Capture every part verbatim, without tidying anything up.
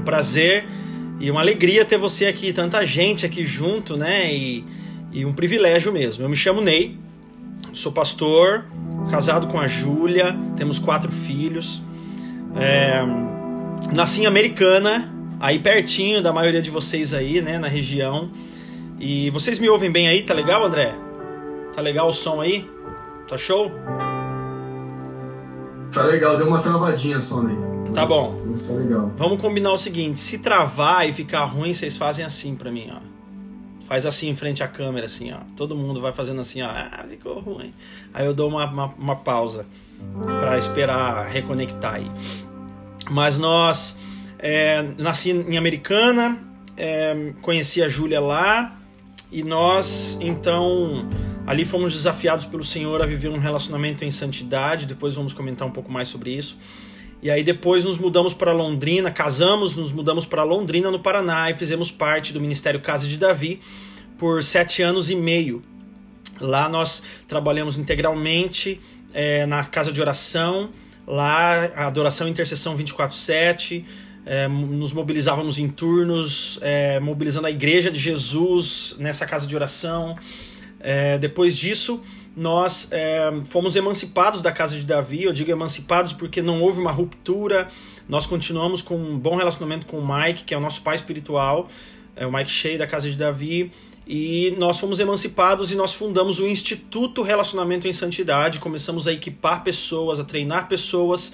prazer e uma alegria ter você aqui, tanta gente aqui junto, né? E, e um privilégio mesmo. Eu me chamo Ney, sou pastor, casado com a Júlia, temos quatro filhos. É, nasci em Americana, aí pertinho da maioria de vocês aí, né? Na região. E vocês me ouvem bem aí? Tá legal, André? Tá legal o som aí? Tá show? Tá legal, deu uma travadinha só, né? Tá bom. Isso é legal. Vamos combinar o seguinte, se travar e ficar ruim, vocês fazem assim pra mim, ó. Faz assim em frente à câmera, assim, ó. Todo mundo vai fazendo assim, ó. Ah, ficou ruim. Aí eu dou uma, uma, uma pausa pra esperar reconectar aí. Mas nós... É, nasci em Americana, é, conheci a Júlia lá. E nós, então... Ali fomos desafiados pelo Senhor a viver um relacionamento em santidade. Depois vamos comentar um pouco mais sobre isso. E aí depois nos mudamos para Londrina, casamos, nos mudamos para Londrina, no Paraná, e fizemos parte do Ministério Casa de Davi por sete anos e meio. Lá nós trabalhamos integralmente é, na casa de oração, lá a adoração e intercessão vinte e quatro sete, é, nos mobilizávamos em turnos, é, mobilizando a Igreja de Jesus nessa casa de oração. É, depois disso, nós é, fomos emancipados da casa de Davi. Eu digo emancipados porque não houve uma ruptura. Nós continuamos com um bom relacionamento com o Mike, que é o nosso pai espiritual, é o Mike Shea da casa de Davi. E nós fomos emancipados e nós fundamos o Instituto Relacionamento em Santidade. Começamos a equipar pessoas, a treinar pessoas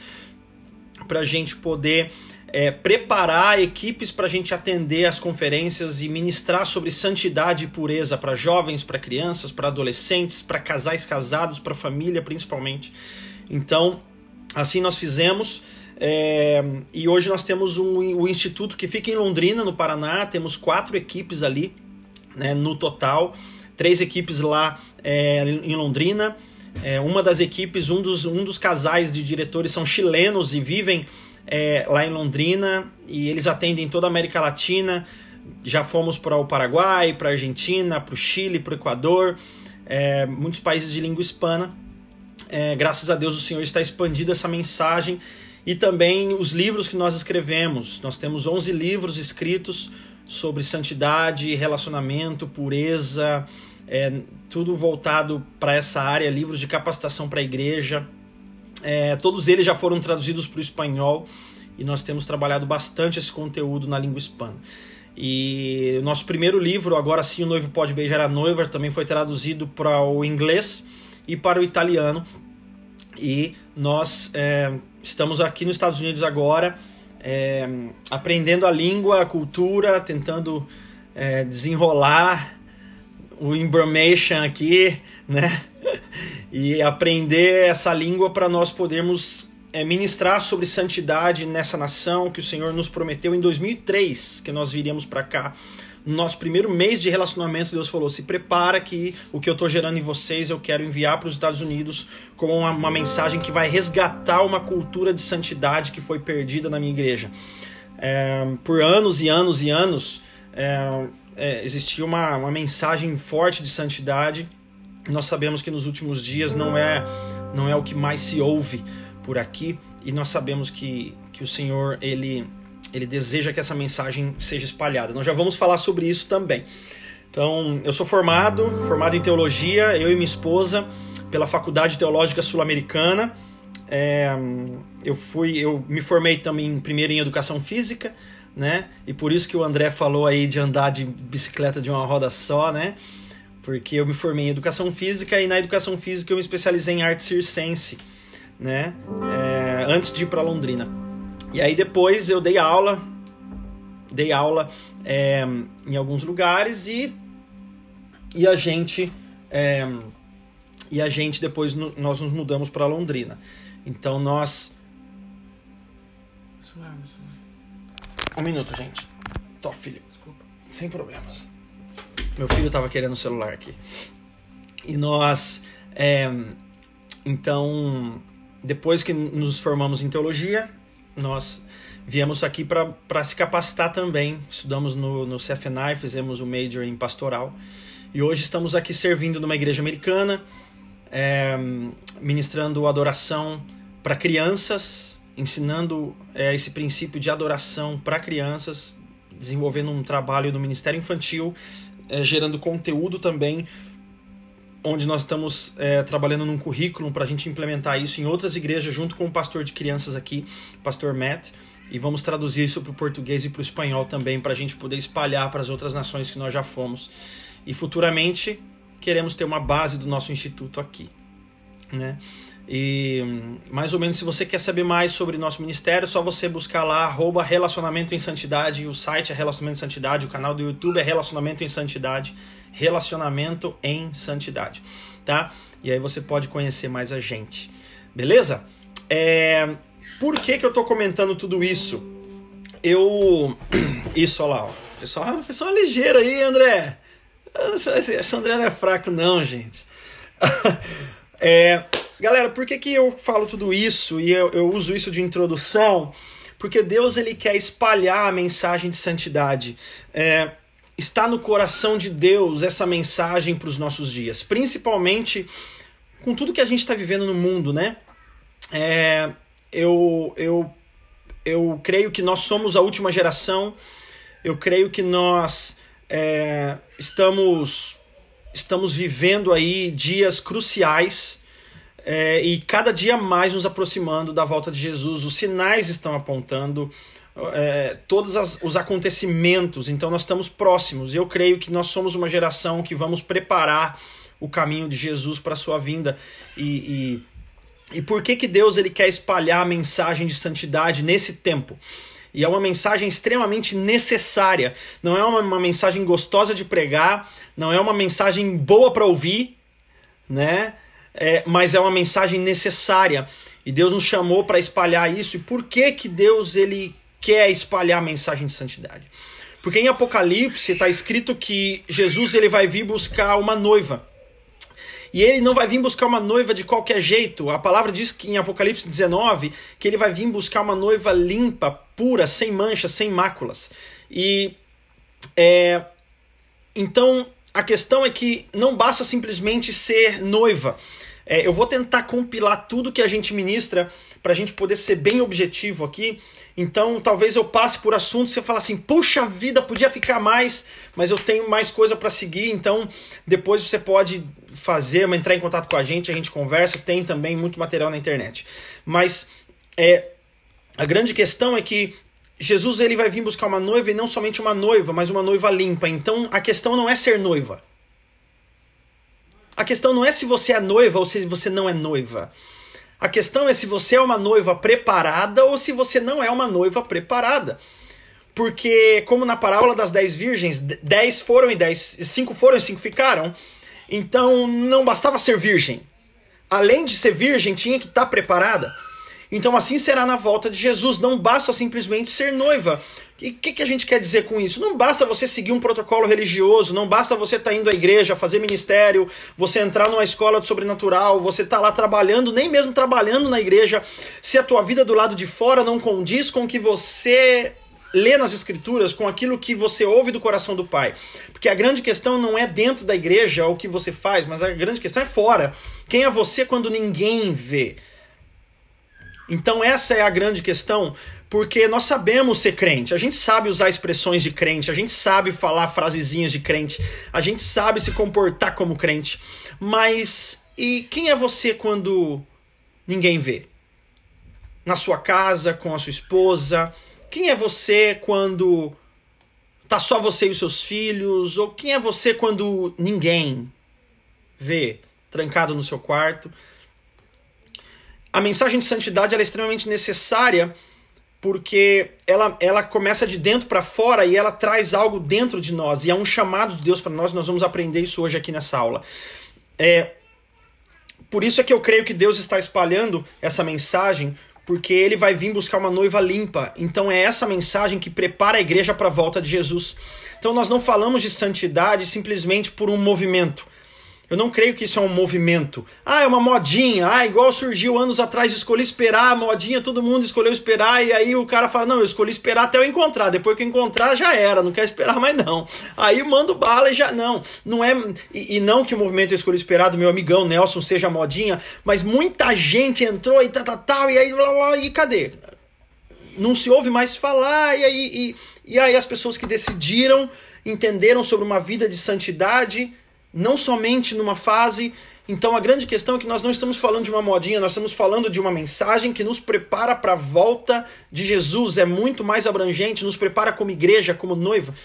para a gente poder... É, preparar equipes para a gente atender as conferências e ministrar sobre santidade e pureza para jovens, para crianças, para adolescentes, para casais casados, para família principalmente. Então, assim nós fizemos. É, e hoje nós temos um, o Instituto que fica em Londrina, no Paraná. Temos quatro equipes ali, né, no total. Três equipes lá é, em Londrina. É, uma das equipes, um dos, um dos casais de diretores são chilenos e vivem É, lá em Londrina, e eles atendem toda a América Latina. Já fomos para o Paraguai, para a Argentina, para o Chile, para o Equador, é, muitos países de língua hispana. É, graças a Deus o Senhor está expandindo essa mensagem, e também os livros que nós escrevemos. Nós temos onze livros escritos sobre santidade, relacionamento, pureza, é, tudo voltado para essa área, livros de capacitação para a igreja. É, todos eles já foram traduzidos para o espanhol, e nós temos trabalhado bastante esse conteúdo na língua hispana. E o nosso primeiro livro, Agora Sim o Noivo Pode Beijar a Noiva, também foi traduzido para o inglês e para o italiano. E nós é, estamos aqui nos Estados Unidos agora, é, aprendendo a língua, a cultura, tentando é, desenrolar o information aqui, né? E aprender essa língua para nós podermos é, ministrar sobre santidade nessa nação que o Senhor nos prometeu em dois mil e três, que nós viríamos para cá. No nosso primeiro mês de relacionamento, Deus falou: se prepara que o que eu estou gerando em vocês eu quero enviar para os Estados Unidos como uma, uma mensagem que vai resgatar uma cultura de santidade que foi perdida na minha igreja. É, por anos e anos e anos é, é, existia uma, uma mensagem forte de santidade. Nós sabemos que nos últimos dias não é, não é o que mais se ouve por aqui, e nós sabemos que, que o Senhor ele, ele deseja que essa mensagem seja espalhada. Nós já vamos falar sobre isso também. Então, eu sou formado, formado em teologia, eu e minha esposa, pela Faculdade Teológica Sul-Americana. É, eu, fui, eu me formei também primeiro em Educação Física, né? E por isso que o André falou aí de andar de bicicleta de uma roda só, né? Porque eu me formei em Educação Física, e na Educação Física eu me especializei em arte circense, né? É, antes de ir para Londrina. E aí depois eu dei aula, dei aula é, em alguns lugares, e, e a gente é, e a gente depois no, nós nos mudamos para Londrina. Então nós... Um minuto, gente. Tô, filho. Desculpa. Sem problemas. Meu filho estava querendo o celular aqui. E nós, é, então, depois que nos formamos em teologia, nós viemos aqui para se capacitar também. Estudamos no, no C F N I, fizemos o Major em Pastoral. E hoje estamos aqui servindo numa igreja americana, é, ministrando adoração para crianças, ensinando é, esse princípio de adoração para crianças, desenvolvendo um trabalho no Ministério Infantil, é, gerando conteúdo também, onde nós estamos é, trabalhando num currículo para a gente implementar isso em outras igrejas, junto com o pastor de crianças aqui, pastor Matt, e vamos traduzir isso para o português e para o espanhol também, para a gente poder espalhar para as outras nações que nós já fomos. E futuramente queremos ter uma base do nosso instituto aqui, né? E mais ou menos, se você quer saber mais sobre nosso ministério, é só você buscar lá arroba Relacionamento em Santidade. O site é Relacionamento em Santidade, o canal do YouTube é Relacionamento em Santidade, Relacionamento em Santidade, tá? E aí você pode conhecer mais a gente, beleza? É... Por que que eu tô comentando tudo isso? Eu... Isso, olha lá, ó. Pessoal, pessoal ligeiro aí, André. Esse André não é fraco não, gente. É... Galera, por que que eu falo tudo isso e eu, eu uso isso de introdução? Porque Deus, ele quer espalhar a mensagem de santidade. É, está no coração de Deus essa mensagem para os nossos dias. Principalmente com tudo que a gente está vivendo no mundo, né? É, eu, eu, eu creio que nós somos a última geração. Eu creio que nós é, estamos, estamos vivendo aí dias cruciais. É, e cada dia mais nos aproximando da volta de Jesus. Os sinais estão apontando é, todos as, os acontecimentos, então nós estamos próximos. Eu creio que nós somos uma geração que vamos preparar o caminho de Jesus para a sua vinda. E, e, e por que que Deus, ele quer espalhar a mensagem de santidade nesse tempo? E é uma mensagem extremamente necessária. Não é uma, uma mensagem gostosa de pregar, não é uma mensagem boa para ouvir, né? É, mas é uma mensagem necessária, e Deus nos chamou para espalhar isso. E por que que Deus, ele quer espalhar a mensagem de santidade? Porque em Apocalipse está escrito que Jesus, ele vai vir buscar uma noiva, e ele não vai vir buscar uma noiva de qualquer jeito. A palavra diz que em Apocalipse dezenove que ele vai vir buscar uma noiva limpa, pura, sem manchas, sem máculas. E é, então a questão é que não basta simplesmente ser noiva. É, eu vou tentar compilar tudo que a gente ministra para a gente poder ser bem objetivo aqui. Então talvez eu passe por assuntos e você fala assim, puxa vida, podia ficar mais, mas eu tenho mais coisa para seguir. Então depois você pode fazer, entrar em contato com a gente, a gente conversa. Tem também muito material na internet. Mas é, a grande questão é que Jesus, ele vai vir buscar uma noiva, e não somente uma noiva, mas uma noiva limpa. Então a questão não é ser noiva. A questão não é se você é noiva ou se você não é noiva. A questão é se você é uma noiva preparada ou se você não é uma noiva preparada. Porque, como na parábola das dez virgens, dez foram e dez, cinco foram e cinco ficaram. Então não bastava ser virgem. Além de ser virgem, tinha que estar preparada. Então assim será na volta de Jesus. Não basta simplesmente ser noiva. E o que, que a gente quer dizer com isso? Não basta você seguir um protocolo religioso, não basta você estar tá indo à igreja, fazer ministério, você entrar numa escola de sobrenatural, você estar tá lá trabalhando, nem mesmo trabalhando na igreja, se a tua vida do lado de fora não condiz com o que você lê nas escrituras, com aquilo que você ouve do coração do Pai. Porque a grande questão não é dentro da igreja o que você faz, mas a grande questão é fora. Quem é você quando ninguém vê? Então essa é a grande questão, porque nós sabemos ser crente, a gente sabe usar expressões de crente, a gente sabe falar frasezinhas de crente, a gente sabe se comportar como crente, mas e quem é você quando ninguém vê? Na sua casa, com a sua esposa? Quem é você quando tá só você e os seus filhos? Ou quem é você quando ninguém vê, trancado no seu quarto? A mensagem de santidade ela é extremamente necessária porque ela, ela começa de dentro para fora e ela traz algo dentro de nós. E é um chamado de Deus para nós, nós vamos aprender isso hoje aqui nessa aula. É, por isso é que eu creio que Deus está espalhando essa mensagem, porque ele vai vir buscar uma noiva limpa. Então é essa mensagem que prepara a igreja para a volta de Jesus. Então nós não falamos de santidade simplesmente por um movimento. Eu não creio que isso é um movimento. Ah, é uma modinha. Ah, igual surgiu anos atrás, escolhi esperar, a modinha, todo mundo escolheu esperar, e aí o cara fala, não, eu escolhi esperar até eu encontrar. Depois que eu encontrar, já era, não quero esperar mais não. Aí mando bala e já, não. Não é, e, e não que o movimento eu escolhi esperar do meu amigão Nelson seja modinha, mas muita gente entrou e tal, tal, tal, e aí, blá, blá, e cadê? Não se ouve mais falar, e aí, e, e aí as pessoas que decidiram, entenderam sobre uma vida de santidade, não somente numa fase. Então a grande questão é que nós não estamos falando de uma modinha, nós estamos falando de uma mensagem que nos prepara para a volta de Jesus, é muito mais abrangente, nos prepara como igreja, como noiva.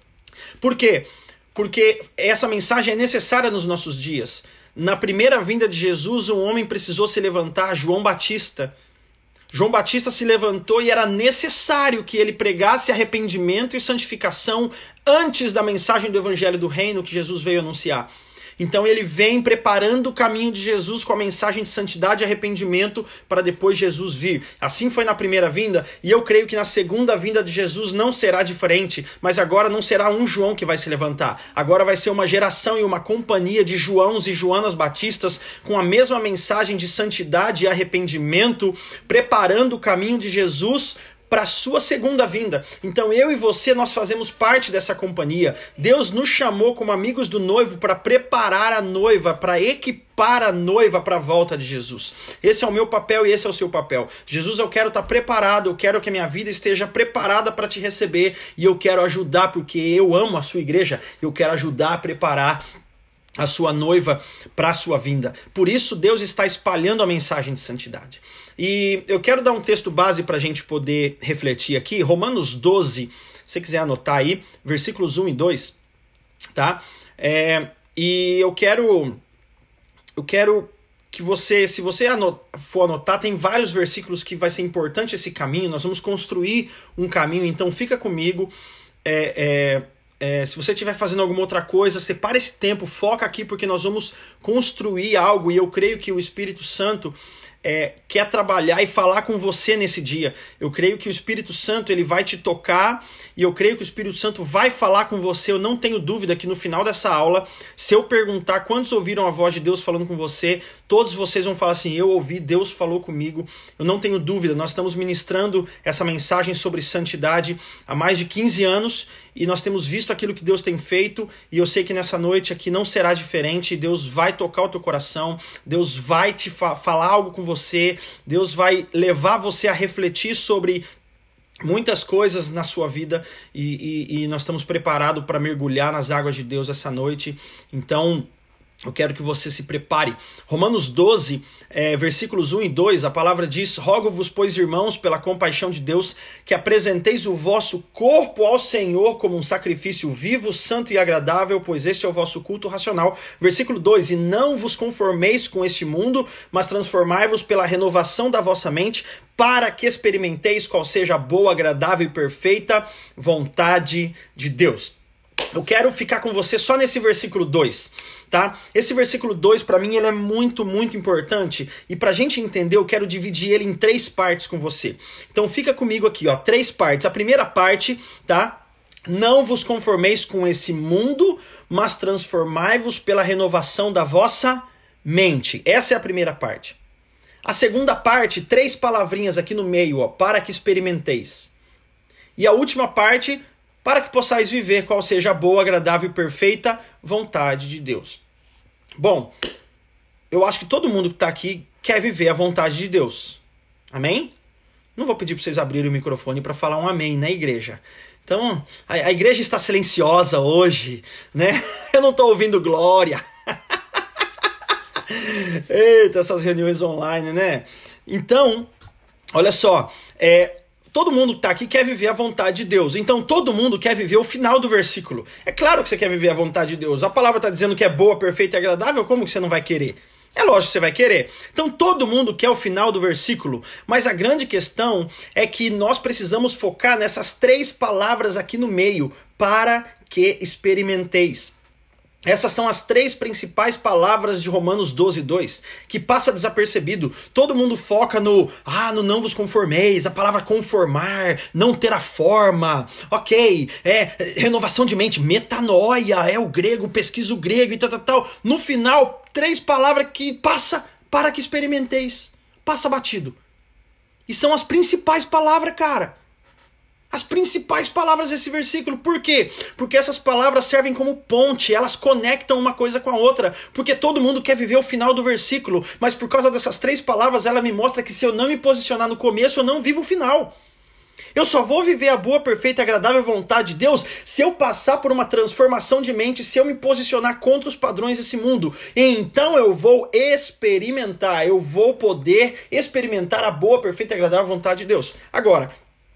Por quê? Porque essa mensagem é necessária nos nossos dias. Na primeira vinda de Jesus, um homem precisou se levantar, João Batista. João Batista se levantou e era necessário que ele pregasse arrependimento e santificação antes da mensagem do evangelho do reino que Jesus veio anunciar. Então ele vem preparando o caminho de Jesus com a mensagem de santidade e arrependimento para depois Jesus vir. Assim foi na primeira vinda, e eu creio que na segunda vinda de Jesus não será diferente, mas agora não será um João que vai se levantar. Agora vai ser uma geração e uma companhia de Joãos e Joanas Batistas com a mesma mensagem de santidade e arrependimento, preparando o caminho de Jesus para a sua segunda vinda. Então eu e você, nós fazemos parte dessa companhia. Deus nos chamou como amigos do noivo para preparar a noiva, para equipar a noiva para a volta de Jesus. Esse é o meu papel e esse é o seu papel. Jesus, eu quero estar preparado, eu quero que a minha vida esteja preparada para te receber, e eu quero ajudar, porque eu amo a sua igreja, eu quero ajudar a preparar a sua noiva para a sua vinda. Por isso Deus está espalhando a mensagem de santidade. E eu quero dar um texto base para a gente poder refletir aqui. Romanos doze, se você quiser anotar aí, versículos um e dois, tá? É, e eu quero, eu quero que você, se você anot, for anotar, tem vários versículos que vai ser importante esse caminho. Nós vamos construir um caminho, então fica comigo. É... é É, se você estiver fazendo alguma outra coisa, separa esse tempo, foca aqui, porque nós vamos construir algo, e eu creio que o Espírito Santo é, quer trabalhar e falar com você nesse dia. Eu creio que o Espírito Santo ele vai te tocar, e eu creio que o Espírito Santo vai falar com você. Eu não tenho dúvida que no final dessa aula, se eu perguntar quantos ouviram a voz de Deus falando com você, todos vocês vão falar assim, eu ouvi, Deus falou comigo. Eu não tenho dúvida, nós estamos ministrando essa mensagem sobre santidade há mais de quinze anos, e nós temos visto aquilo que Deus tem feito, e eu sei que nessa noite aqui não será diferente. Deus vai tocar o teu coração, Deus vai te fa- falar algo com você, Deus vai levar você a refletir sobre muitas coisas na sua vida, e, e, e nós estamos preparados para mergulhar nas águas de Deus essa noite. Então eu quero que você se prepare. Romanos doze, é, versículos um e dois, a palavra diz: rogo-vos, pois, irmãos, pela compaixão de Deus, que apresenteis o vosso corpo ao Senhor como um sacrifício vivo, santo e agradável, pois este é o vosso culto racional. Versículo dois, e não vos conformeis com este mundo, mas transformai-vos pela renovação da vossa mente, para que experimenteis qual seja a boa, agradável e perfeita vontade de Deus. Eu quero ficar com você só nesse versículo dois, tá? Esse versículo dois, para mim, ele é muito, muito importante. E pra gente entender, eu quero dividir ele em três partes com você. Então fica comigo aqui, ó, três partes. A primeira parte, tá? Não vos conformeis com esse mundo, mas transformai-vos pela renovação da vossa mente. Essa é a primeira parte. A segunda parte, três palavrinhas aqui no meio, ó, para que experimenteis. E a última parte, para que possais viver qual seja a boa, agradável e perfeita vontade de Deus. Bom, eu acho que todo mundo que está aqui quer viver a vontade de Deus. Amém? Não vou pedir para vocês abrirem o microfone para falar um amém na igreja. Então, a, a igreja está silenciosa hoje, né? Eu não estou ouvindo glória. Eita, essas reuniões online, né? Então, olha só, é... todo mundo que está aqui quer viver a vontade de Deus. Então todo mundo quer viver o final do versículo. É claro que você quer viver a vontade de Deus. A palavra está dizendo que é boa, perfeita e agradável. Como que você não vai querer? É lógico que você vai querer. Então todo mundo quer o final do versículo. Mas a grande questão é que nós precisamos focar nessas três palavras aqui no meio. Para que experimenteis. Essas são as três principais palavras de Romanos doze, dois, que passa desapercebido. Todo mundo foca no, ah, no não vos conformeis, a palavra conformar, não ter a forma, ok, é renovação de mente, metanoia, é o grego, pesquisa o grego e tal, tal, tal. No final, três palavras que passa para que experimenteis, passa batido. E são as principais palavras, cara. As principais palavras desse versículo. Por quê? Porque essas palavras servem como ponte, elas conectam uma coisa com a outra. Porque todo mundo quer viver o final do versículo, mas por causa dessas três palavras, ela me mostra que se eu não me posicionar no começo, eu não vivo o final. Eu só vou viver a boa, perfeita e agradável vontade de Deus se eu passar por uma transformação de mente, se eu me posicionar contra os padrões desse mundo. E então eu vou experimentar, eu vou poder experimentar a boa, perfeita e agradável vontade de Deus. Agora,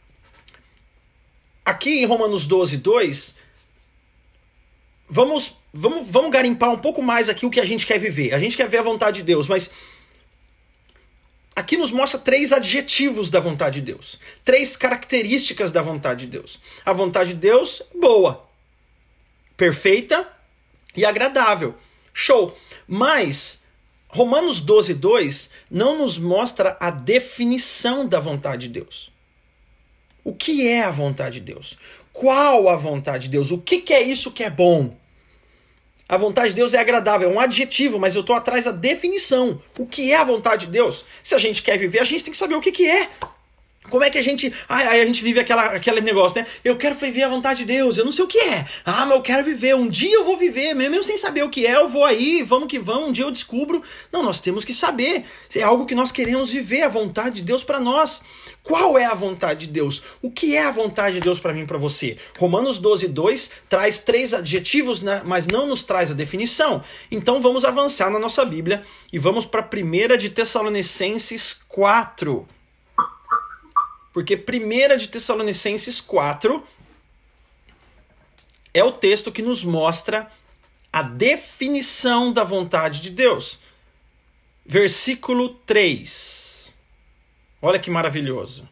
aqui em Romanos doze, dois, vamos, vamos, vamos garimpar um pouco mais aqui o que a gente quer viver. A gente quer ver a vontade de Deus, mas aqui nos mostra três adjetivos da vontade de Deus. Três características da vontade de Deus. A vontade de Deus, boa, perfeita e agradável. Show! Mas Romanos doze, dois não nos mostra a definição da vontade de Deus. O que é a vontade de Deus? Qual a vontade de Deus? O que, que é isso que é bom? A vontade de Deus é agradável, é um adjetivo, mas eu estou atrás da definição. O que é a vontade de Deus? Se a gente quer viver, a gente tem que saber o que, que é. Como é que a gente... Aí, aí a gente vive aquela, aquele negócio, né? Eu quero viver a vontade de Deus, eu não sei o que é. Ah, mas eu quero viver, um dia eu vou viver, mesmo sem saber o que é, eu vou aí, vamos que vamos, um dia eu descubro. Não, nós temos que saber. É algo que nós queremos viver, a vontade de Deus para nós. Qual é a vontade de Deus? O que é a vontade de Deus para mim e para você? Romanos doze, dois traz três adjetivos, né? Mas não nos traz a definição. Então vamos avançar na nossa Bíblia e vamos para primeira de Tessalonicenses quatro. Porque primeira de Tessalonicenses quatro é o texto que nos mostra a definição da vontade de Deus. Versículo três. Olha que maravilhoso.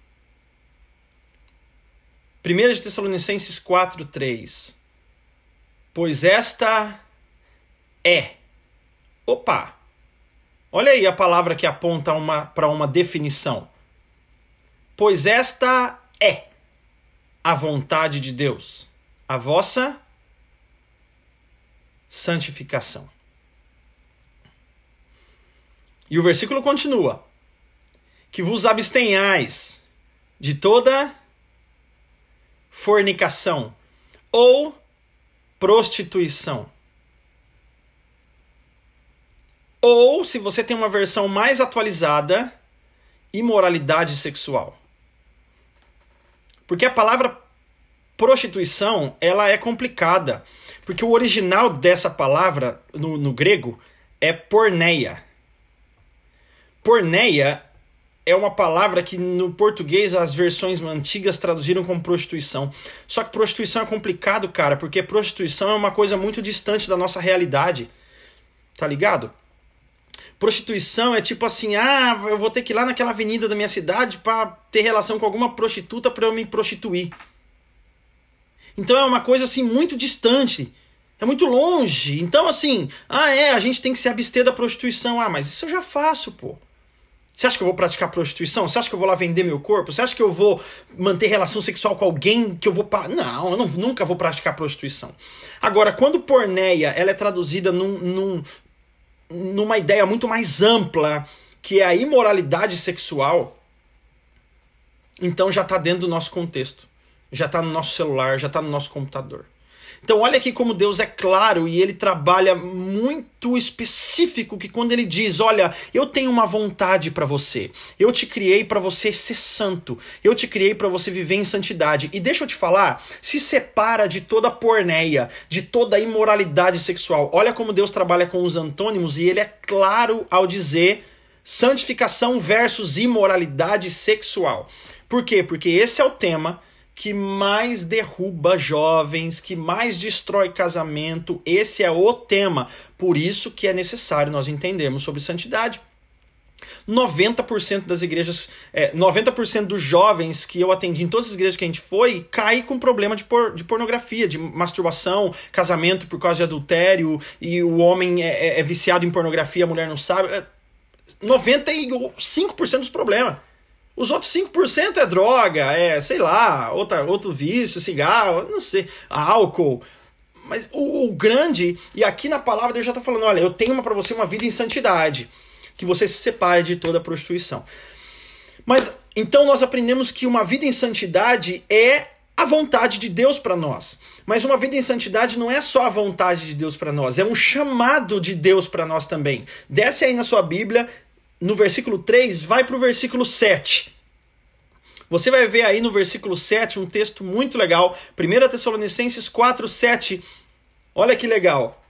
primeira de Tessalonicenses quatro, três. Pois esta é. Opa! Olha aí a palavra que aponta uma, para uma definição. Pois esta é a vontade de Deus, a vossa santificação. E o versículo continua. Que vos abstenhais de toda fornicação ou prostituição. Ou, se você tem uma versão mais atualizada, imoralidade sexual. Porque a palavra prostituição, ela é complicada. Porque o original dessa palavra, no, no grego, é porneia. Porneia é uma palavra que no português as versões antigas traduziram como prostituição. Só que prostituição é complicado, cara, porque prostituição é uma coisa muito distante da nossa realidade. Tá ligado? Prostituição é tipo assim, ah, eu vou ter que ir lá naquela avenida da minha cidade para ter relação com alguma prostituta para eu me prostituir. Então é uma coisa assim muito distante, é muito longe. Então assim, ah é, a gente tem que se abster da prostituição. Ah, mas isso eu já faço, pô. Você acha que eu vou praticar prostituição? Você acha que eu vou lá vender meu corpo? Você acha que eu vou manter relação sexual com alguém que eu vou... Pa... Não, eu não, nunca vou praticar prostituição. Agora, quando porneia, ela é traduzida num... num numa ideia muito mais ampla, que é a imoralidade sexual, então já está dentro do nosso contexto. Já está no nosso celular, já está no nosso computador. Então olha aqui como Deus é claro e ele trabalha muito específico, que quando ele diz, olha, eu tenho uma vontade para você, eu te criei para você ser santo, eu te criei para você viver em santidade. E deixa eu te falar, se separa de toda porneia, de toda imoralidade sexual. Olha como Deus trabalha com os antônimos e ele é claro ao dizer santificação versus imoralidade sexual. Por quê? Porque esse é o tema que mais derruba jovens, que mais destrói casamento. Esse é o tema. Por isso que é necessário nós entendermos sobre santidade. noventa por cento das igrejas, é, noventa por cento dos jovens que eu atendi em todas as igrejas que a gente foi, cai com problema de, por, de pornografia, de masturbação, casamento por causa de adultério, e o homem é, é, é viciado em pornografia, a mulher não sabe. noventa e cinco por cento dos problemas. Os outros cinco por cento é droga, é, sei lá, outra, outro vício, cigarro, não sei, álcool. Mas o, o grande, e aqui na palavra Deus já está falando, olha, eu tenho para você uma vida em santidade, que você se separe de toda a prostituição. Mas então nós aprendemos que uma vida em santidade é a vontade de Deus para nós. Mas uma vida em santidade não é só a vontade de Deus para nós, é um chamado de Deus para nós também. Desce aí na sua Bíblia, no versículo três, vai para o versículo sete. Você vai ver aí no versículo sete um texto muito legal. primeira Tessalonicenses quatro, sete. Olha que legal.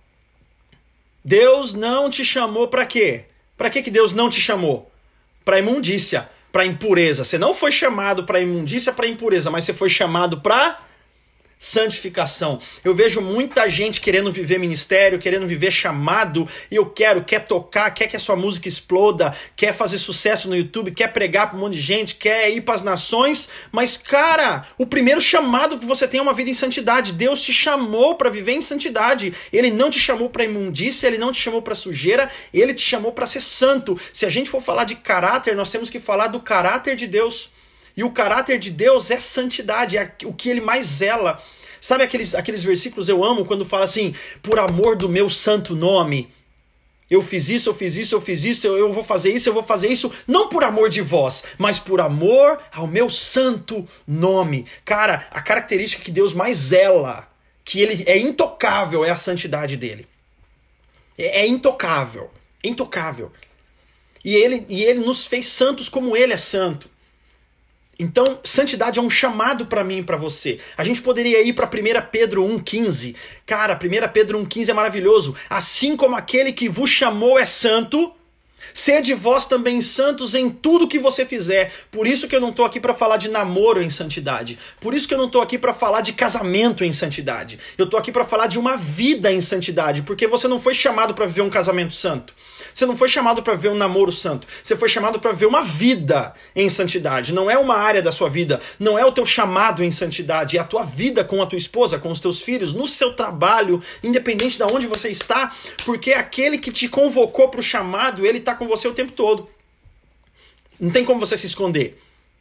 Deus não te chamou para quê? Para que que Deus não te chamou? Para imundícia, para impureza. Você não foi chamado para imundícia, para impureza, mas você foi chamado para santificação. Eu vejo muita gente querendo viver ministério, querendo viver chamado, e eu quero, quer tocar, quer que a sua música exploda, quer fazer sucesso no YouTube, quer pregar para um monte de gente, quer ir para as nações, mas cara, o primeiro chamado que você tem é uma vida em santidade. Deus te chamou para viver em santidade. Ele não te chamou para imundícia, ele não te chamou para sujeira, ele te chamou para ser santo. Se a gente for falar de caráter, nós temos que falar do caráter de Deus. E o caráter de Deus é santidade, é o que ele mais zela. Sabe aqueles, aqueles versículos eu amo quando fala assim, por amor do meu santo nome, eu fiz isso, eu fiz isso, eu fiz isso, eu, eu vou fazer isso, eu vou fazer isso, não por amor de vós, mas por amor ao meu santo nome. Cara, a característica que Deus mais zela, que ele é intocável, é a santidade dele. É, é intocável, intocável. E ele, e ele nos fez santos como ele é santo. Então, santidade é um chamado para mim e para você. A gente poderia ir para primeira Pedro um, quinze. Cara, primeira Pedro um, quinze é maravilhoso. Assim como aquele que vos chamou é santo, sede vós também santos em tudo que você fizer. Por isso que eu não estou aqui para falar de namoro em santidade. Por isso que eu não estou aqui para falar de casamento em santidade. Eu estou aqui para falar de uma vida em santidade. Porque você não foi chamado para viver um casamento santo. Você não foi chamado para ver um namoro santo. Você foi chamado para ver uma vida em santidade. Não é uma área da sua vida. Não é o teu chamado em santidade. É a tua vida com a tua esposa, com os teus filhos, no seu trabalho, independente de onde você está. Porque aquele que te convocou para o chamado, ele está com você o tempo todo. Não tem como você se esconder.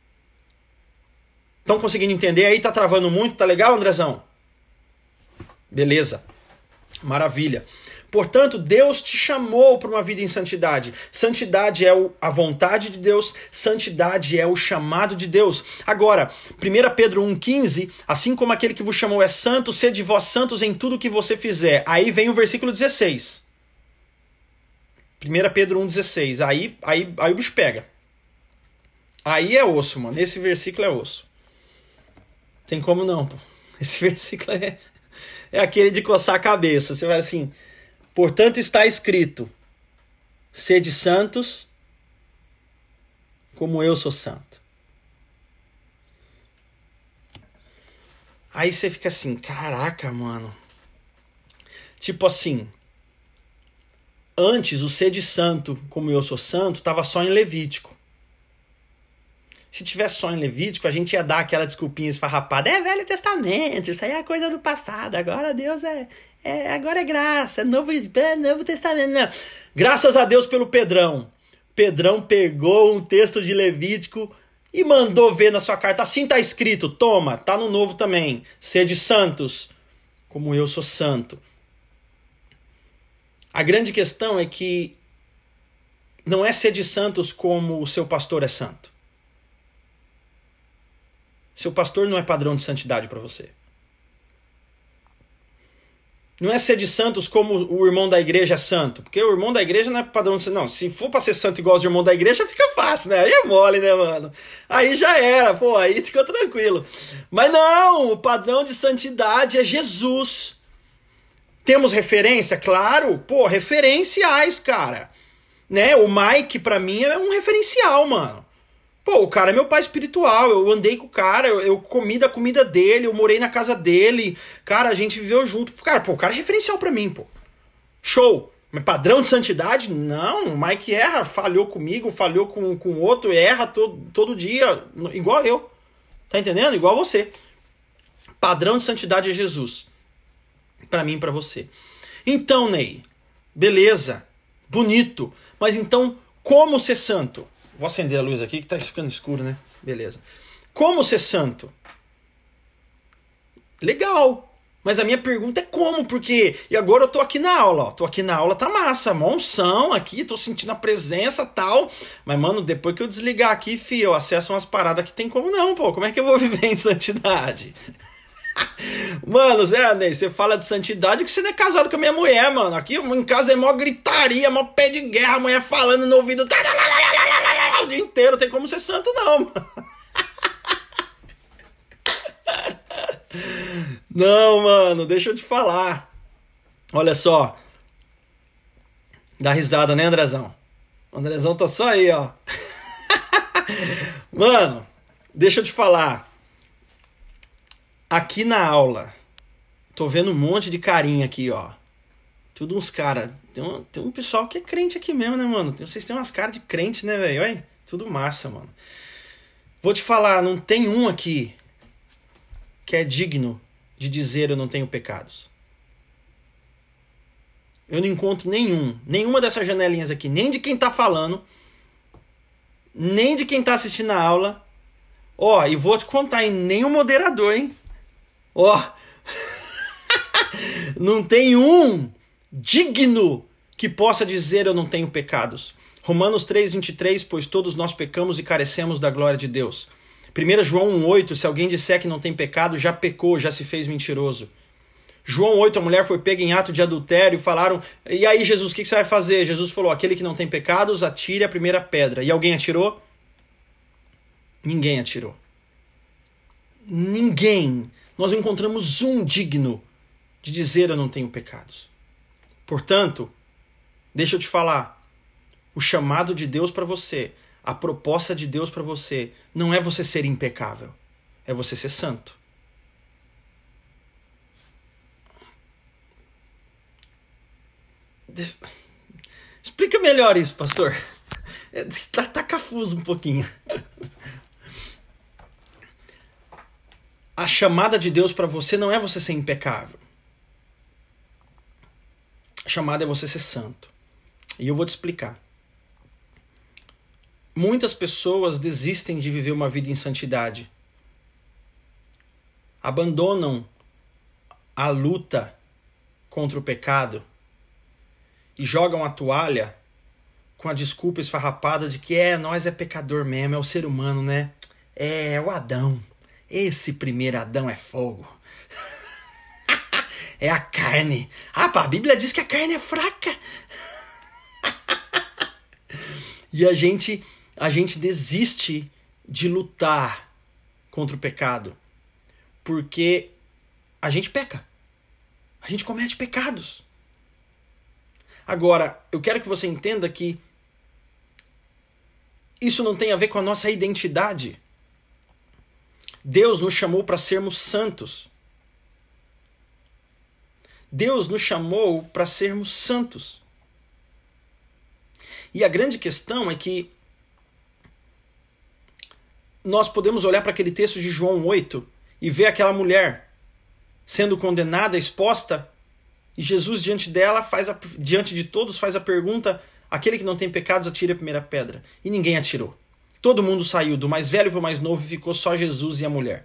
Estão conseguindo entender aí? Tá travando muito? Tá legal, Andrezão? Beleza. Maravilha. Portanto, Deus te chamou para uma vida em santidade. Santidade é a vontade de Deus, santidade é o chamado de Deus. Agora, primeira Pedro um, quinze, assim como aquele que vos chamou é santo, sede vós santos em tudo que você fizer. Aí vem o versículo dezesseis. primeira Pedro um, dezesseis. Aí, aí, aí o bicho pega. Aí é osso, mano. Esse versículo é osso. Tem como não, pô. Esse versículo é, é aquele de coçar a cabeça. Você vai assim... Portanto está escrito, sede santos, como eu sou santo. Aí você fica assim, caraca, mano. Tipo assim, antes o sede santo, como eu sou santo, estava só em Levítico. Se tivesse só em Levítico, a gente ia dar aquela desculpinha esfarrapada. É Velho Testamento, isso aí é coisa do passado. Agora Deus é... é agora é graça, é novo, é novo Testamento. Não. Graças a Deus pelo Pedrão. Pedrão pegou um texto de Levítico e mandou ver na sua carta. Assim está escrito, toma, tá no novo também. Sede santos, como eu sou santo. A grande questão é que não é sede santos como o seu pastor é santo. Seu pastor não é padrão de santidade para você. Não é ser de santos como o irmão da igreja é santo. Porque o irmão da igreja não é padrão de santo. Não, se for para ser santo igual os irmãos da igreja, fica fácil, né? Aí é mole, né, mano? Aí já era, pô, aí ficou tranquilo. Mas não, o padrão de santidade é Jesus. Temos referência? Claro, pô, referenciais, cara. Né? O Mike, pra mim, é um referencial, mano. Pô, o cara é meu pai espiritual, eu andei com o cara, eu, eu comi da comida dele, eu morei na casa dele, cara, a gente viveu junto. Cara, pô, o cara é referencial pra mim, pô. Show, Mas padrão de santidade? Não, o Mike erra, falhou comigo, falhou com o outro, erra todo, todo dia, igual eu. Tá entendendo? Igual você. Padrão de santidade é Jesus. Pra mim e pra você. Então, Ney, beleza, bonito, mas então, como ser santo? Vou acender a luz aqui que tá ficando escuro, né? Beleza. Como ser santo? Legal. Mas a minha pergunta é como, porque... E agora eu tô aqui na aula, ó. Tô aqui na aula, tá massa. Monção aqui, tô sentindo a presença e tal. Mas, mano, depois que eu desligar aqui, fi, eu acesso umas paradas que tem como não, pô. Como é que eu vou viver em santidade? Mano, Zé, Ney, você fala de santidade que você não é casado com a minha mulher, mano. Aqui em casa é mó gritaria, mó pé de guerra, a mulher falando no ouvido o dia inteiro. Não tem como ser santo, não, mano. Não, mano, deixa eu te falar. Olha só. Dá risada, né, Andrezão? O Andrezão tá só aí, ó. Mano, deixa eu te falar. Aqui na aula, tô vendo um monte de carinha aqui, ó. Tudo uns caras. Tem um, tem um pessoal que é crente aqui mesmo, né, mano? Tem, vocês têm umas caras de crente, né, velho? Olha, tudo massa, mano. Vou te falar, não tem um aqui que é digno de dizer eu não tenho pecados. Eu não encontro nenhum, nenhuma dessas janelinhas aqui, nem de quem tá falando, nem de quem tá assistindo a aula. Ó, e vou te contar, hein, nem o moderador, hein? Ó, não tem um digno que possa dizer eu não tenho pecados. Romanos três, vinte e três, pois todos nós pecamos e carecemos da glória de Deus. primeiro João um, oito, se alguém disser que não tem pecado, já pecou, já se fez mentiroso. João oito, a mulher foi pega em ato de adultério, falaram, e aí Jesus, o que você vai fazer? Jesus falou, aquele que não tem pecados, atire a primeira pedra. E alguém atirou? Ninguém atirou. Ninguém. Nós não encontramos um digno de dizer eu não tenho pecados. Portanto, deixa eu te falar, o chamado de Deus para você, a proposta de Deus para você, não é você ser impecável, é você ser santo. Explica melhor isso, pastor. Tá, tá cafuso um pouquinho. A chamada de Deus para você não é você ser impecável. A chamada é você ser santo. E eu vou te explicar. Muitas pessoas desistem de viver uma vida em santidade. Abandonam a luta contra o pecado e jogam a toalha com a desculpa esfarrapada de que é, nós é pecador mesmo, é o ser humano, né? É, é o Adão. Esse primeiro Adão é fogo. É a carne. Ah, pá, a Bíblia diz que a carne é fraca. E a gente, a gente desiste de lutar contra o pecado. Porque a gente peca. A gente comete pecados. Agora, eu quero que você entenda que isso não tem a ver com a nossa identidade. Deus nos chamou para sermos santos. Deus nos chamou para sermos santos. E a grande questão é que nós podemos olhar para aquele texto de João oito e ver aquela mulher sendo condenada, exposta, e Jesus diante dela, faz a, diante de todos, faz a pergunta, aquele que não tem pecados atire a primeira pedra. E ninguém atirou. Todo mundo saiu, do mais velho para o mais novo, e ficou só Jesus e a mulher.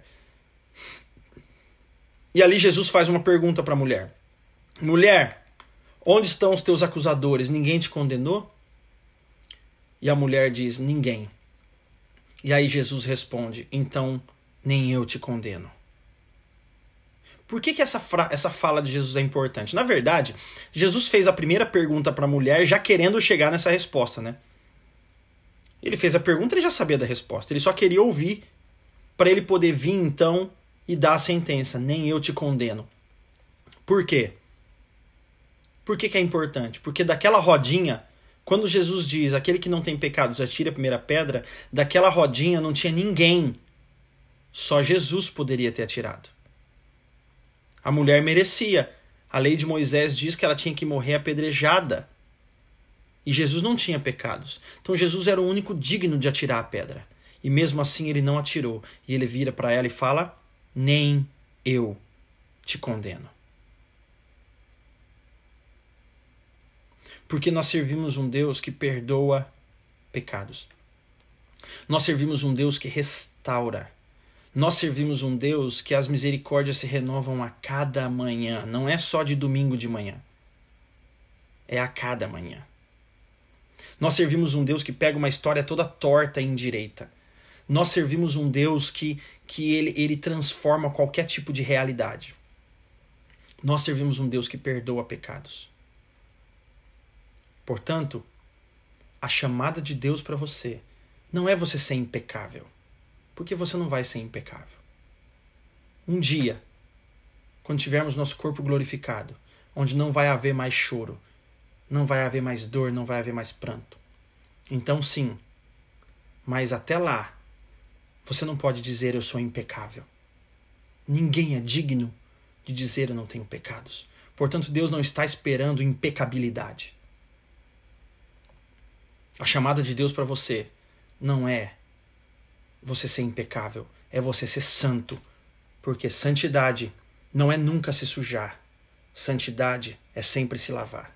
E ali Jesus faz uma pergunta para a mulher. Mulher, onde estão os teus acusadores? Ninguém te condenou? E a mulher diz, ninguém. E aí Jesus responde, então nem eu te condeno. Por que, que essa, fra- essa fala de Jesus é importante? Na verdade, Jesus fez a primeira pergunta para a mulher já querendo chegar nessa resposta, né? Ele fez a pergunta e ele já sabia da resposta. Ele só queria ouvir para ele poder vir então e dar a sentença. Nem eu te condeno. Por quê? Por que, que é importante? Porque daquela rodinha, quando Jesus diz, aquele que não tem pecados atire a primeira pedra, daquela rodinha não tinha ninguém. Só Jesus poderia ter atirado. A mulher merecia. A lei de Moisés diz que ela tinha que morrer apedrejada. E Jesus não tinha pecados. Então Jesus era o único digno de atirar a pedra. E mesmo assim ele não atirou. E ele vira para ela e fala: nem eu te condeno. Porque nós servimos um Deus que perdoa pecados. Nós servimos um Deus que restaura. Nós servimos um Deus que as misericórdias se renovam a cada manhã. Não é só de domingo de manhã. É a cada manhã. Nós servimos um Deus que pega uma história toda torta e indireita. Nós servimos um Deus que, que ele, ele transforma qualquer tipo de realidade. Nós servimos um Deus que perdoa pecados. Portanto, a chamada de Deus para você não é você ser impecável. Porque você não vai ser impecável. Um dia, quando tivermos nosso corpo glorificado, onde não vai haver mais choro, não vai haver mais dor, não vai haver mais pranto. Então sim, mas até lá, você não pode dizer eu sou impecável. Ninguém é digno de dizer eu não tenho pecados. Portanto, Deus não está esperando impecabilidade. A chamada de Deus para você não é você ser impecável, é você ser santo. Porque santidade não é nunca se sujar. Santidade é sempre se lavar.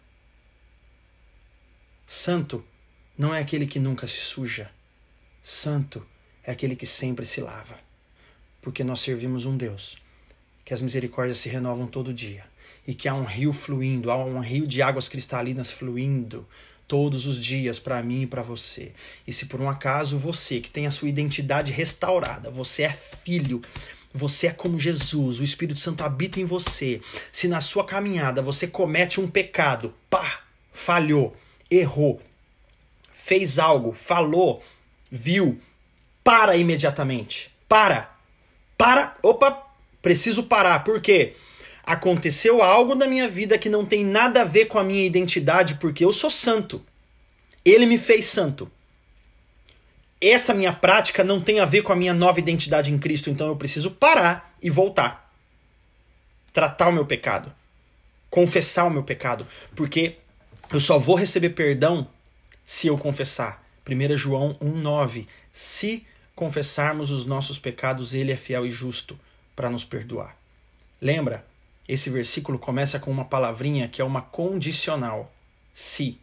Santo não é aquele que nunca se suja. Santo é aquele que sempre se lava. Porque nós servimos um Deus que as misericórdias se renovam todo dia. E que há um rio fluindo, há um rio de águas cristalinas fluindo todos os dias para mim e para você. E se por um acaso você que tem a sua identidade restaurada, você é filho, você é como Jesus, o Espírito Santo habita em você. Se na sua caminhada você comete um pecado, pá, falhou, errou, fez algo, falou, viu, para imediatamente. Para. Para. Opa, preciso parar. Por quê? Aconteceu algo na minha vida que não tem nada a ver com a minha identidade, porque eu sou santo. Ele me fez santo. Essa minha prática não tem a ver com a minha nova identidade em Cristo, então eu preciso parar e voltar. Tratar o meu pecado. Confessar o meu pecado. Porque eu só vou receber perdão se eu confessar. primeiro João um, nove. Se confessarmos os nossos pecados, ele é fiel e justo para nos perdoar. Lembra? Esse versículo começa com uma palavrinha que é uma condicional. Se.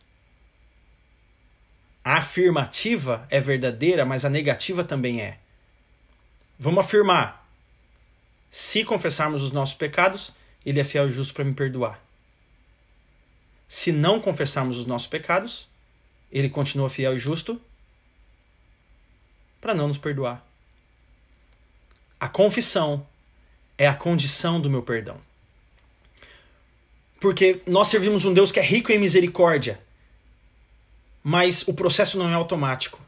A afirmativa é verdadeira, mas a negativa também é. Vamos afirmar. Se confessarmos os nossos pecados, ele é fiel e justo para me perdoar. Se não confessarmos os nossos pecados, ele continua fiel e justo para não nos perdoar. A confissão é a condição do meu perdão. Porque nós servimos um Deus que é rico em misericórdia. Mas o processo não é automático.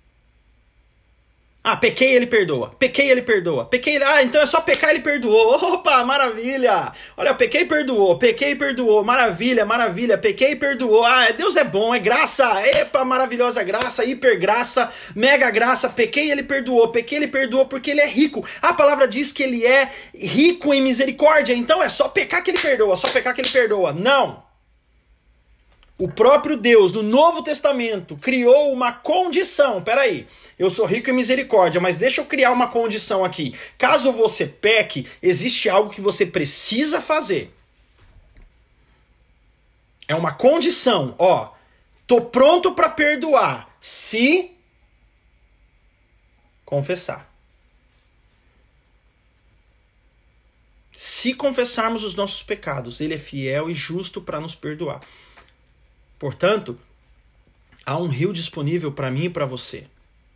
Ah, pequei, ele perdoa. Pequei, ele perdoa. Pequei, ah, então é só pecar, ele perdoou. Opa, maravilha. Olha, pequei e perdoou. Pequei e perdoou. Maravilha, maravilha. Pequei e perdoou. Ah, Deus é bom, é graça. Epa, maravilhosa graça, hiper graça, mega graça. Pequei, ele perdoou. Pequei, ele perdoou porque ele é rico. A palavra diz que ele é rico em misericórdia. Então é só pecar que ele perdoa. Só pecar que ele perdoa. Não. O próprio Deus, no Novo Testamento, criou uma condição. Peraí, eu sou rico em misericórdia, mas deixa eu criar uma condição aqui. Caso você peque, existe algo que você precisa fazer. É uma condição. Ó, tô pronto para perdoar se confessar. Se confessarmos os nossos pecados, ele é fiel e justo para nos perdoar. Portanto, há um rio disponível para mim e para você.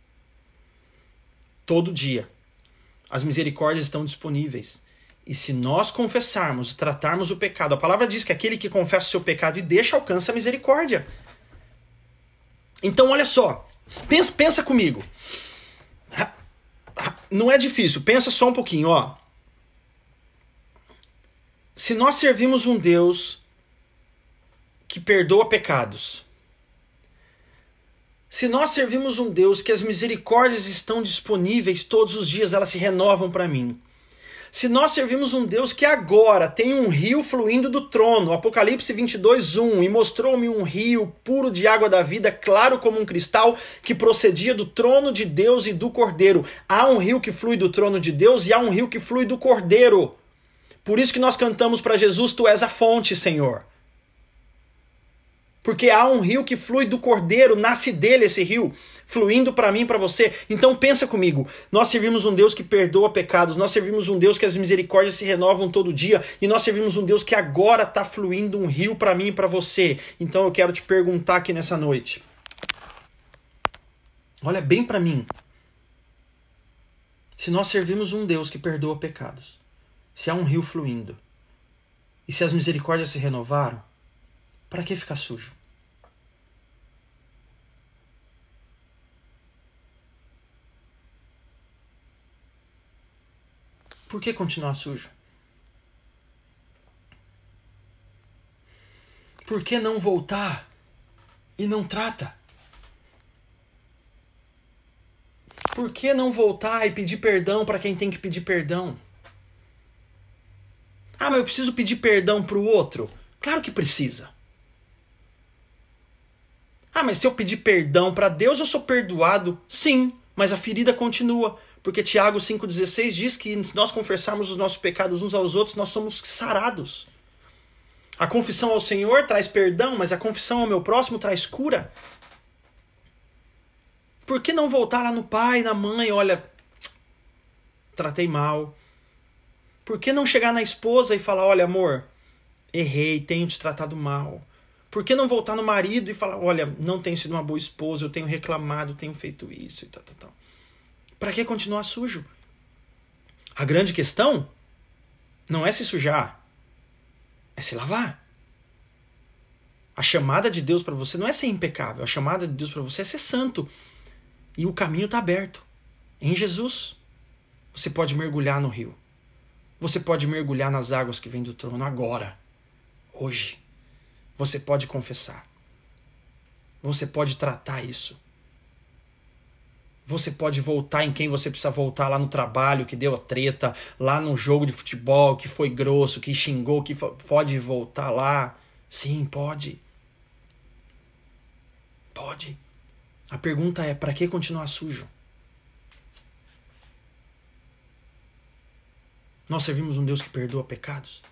Todo dia. As misericórdias estão disponíveis. E se nós confessarmos e tratarmos o pecado, a palavra diz que aquele que confessa o seu pecado e deixa alcança a misericórdia. Então, olha só. Pensa, pensa comigo. Não é difícil. Pensa só um pouquinho, ó. Se nós servimos um Deus que perdoa pecados, se nós servimos um Deus que as misericórdias estão disponíveis todos os dias, elas se renovam para mim, Se nós servimos um Deus que agora tem um rio fluindo do trono, Apocalipse vinte e dois, um, e mostrou-me um rio puro de água da vida, claro como um cristal, que procedia do trono de Deus e do Cordeiro. Há um rio que flui do trono de Deus e há um rio que flui do Cordeiro. Por isso que nós cantamos para Jesus, tu és a fonte, Senhor. Porque há um rio que flui do Cordeiro, nasce dele esse rio, fluindo para mim e para você. Então pensa comigo, nós servimos um Deus que perdoa pecados, nós servimos um Deus que as misericórdias se renovam todo dia, e nós servimos um Deus que agora está fluindo um rio para mim e para você. Então eu quero te perguntar aqui nessa noite. Olha bem para mim. Se nós servimos um Deus que perdoa pecados, se há um rio fluindo, e se as misericórdias se renovaram, para que ficar sujo? Por que continuar sujo? Por que não voltar e não trata? Por que não voltar e pedir perdão para quem tem que pedir perdão? Ah, mas eu preciso pedir perdão para o outro? Claro que precisa. Ah, mas se eu pedir perdão para Deus, eu sou perdoado? Sim, mas a ferida continua. Porque Tiago cinco dezesseis diz que se nós confessarmos os nossos pecados uns aos outros, nós somos sarados. A confissão ao Senhor traz perdão, mas a confissão ao meu próximo traz cura. Por que não voltar lá no pai, na mãe? Olha, tratei mal. Por que não chegar na esposa e falar, olha amor, errei, tenho te tratado mal? Por que não voltar no marido e falar, olha, não tenho sido uma boa esposa, eu tenho reclamado, tenho feito isso e tal, tal, tal. Para que continuar sujo? A grande questão não é se sujar, é se lavar. A chamada de Deus para você não é ser impecável, a chamada de Deus para você é ser santo. E o caminho está aberto. Em Jesus, você pode mergulhar no rio. Você pode mergulhar nas águas que vêm do trono agora, hoje. Você pode confessar. Você pode tratar isso. Você pode voltar em quem você precisa voltar, lá no trabalho que deu a treta, lá no jogo de futebol que foi grosso, que xingou, que pode voltar lá. Sim, pode. Pode. A pergunta é, para que continuar sujo? Nós servimos um Deus que perdoa pecados?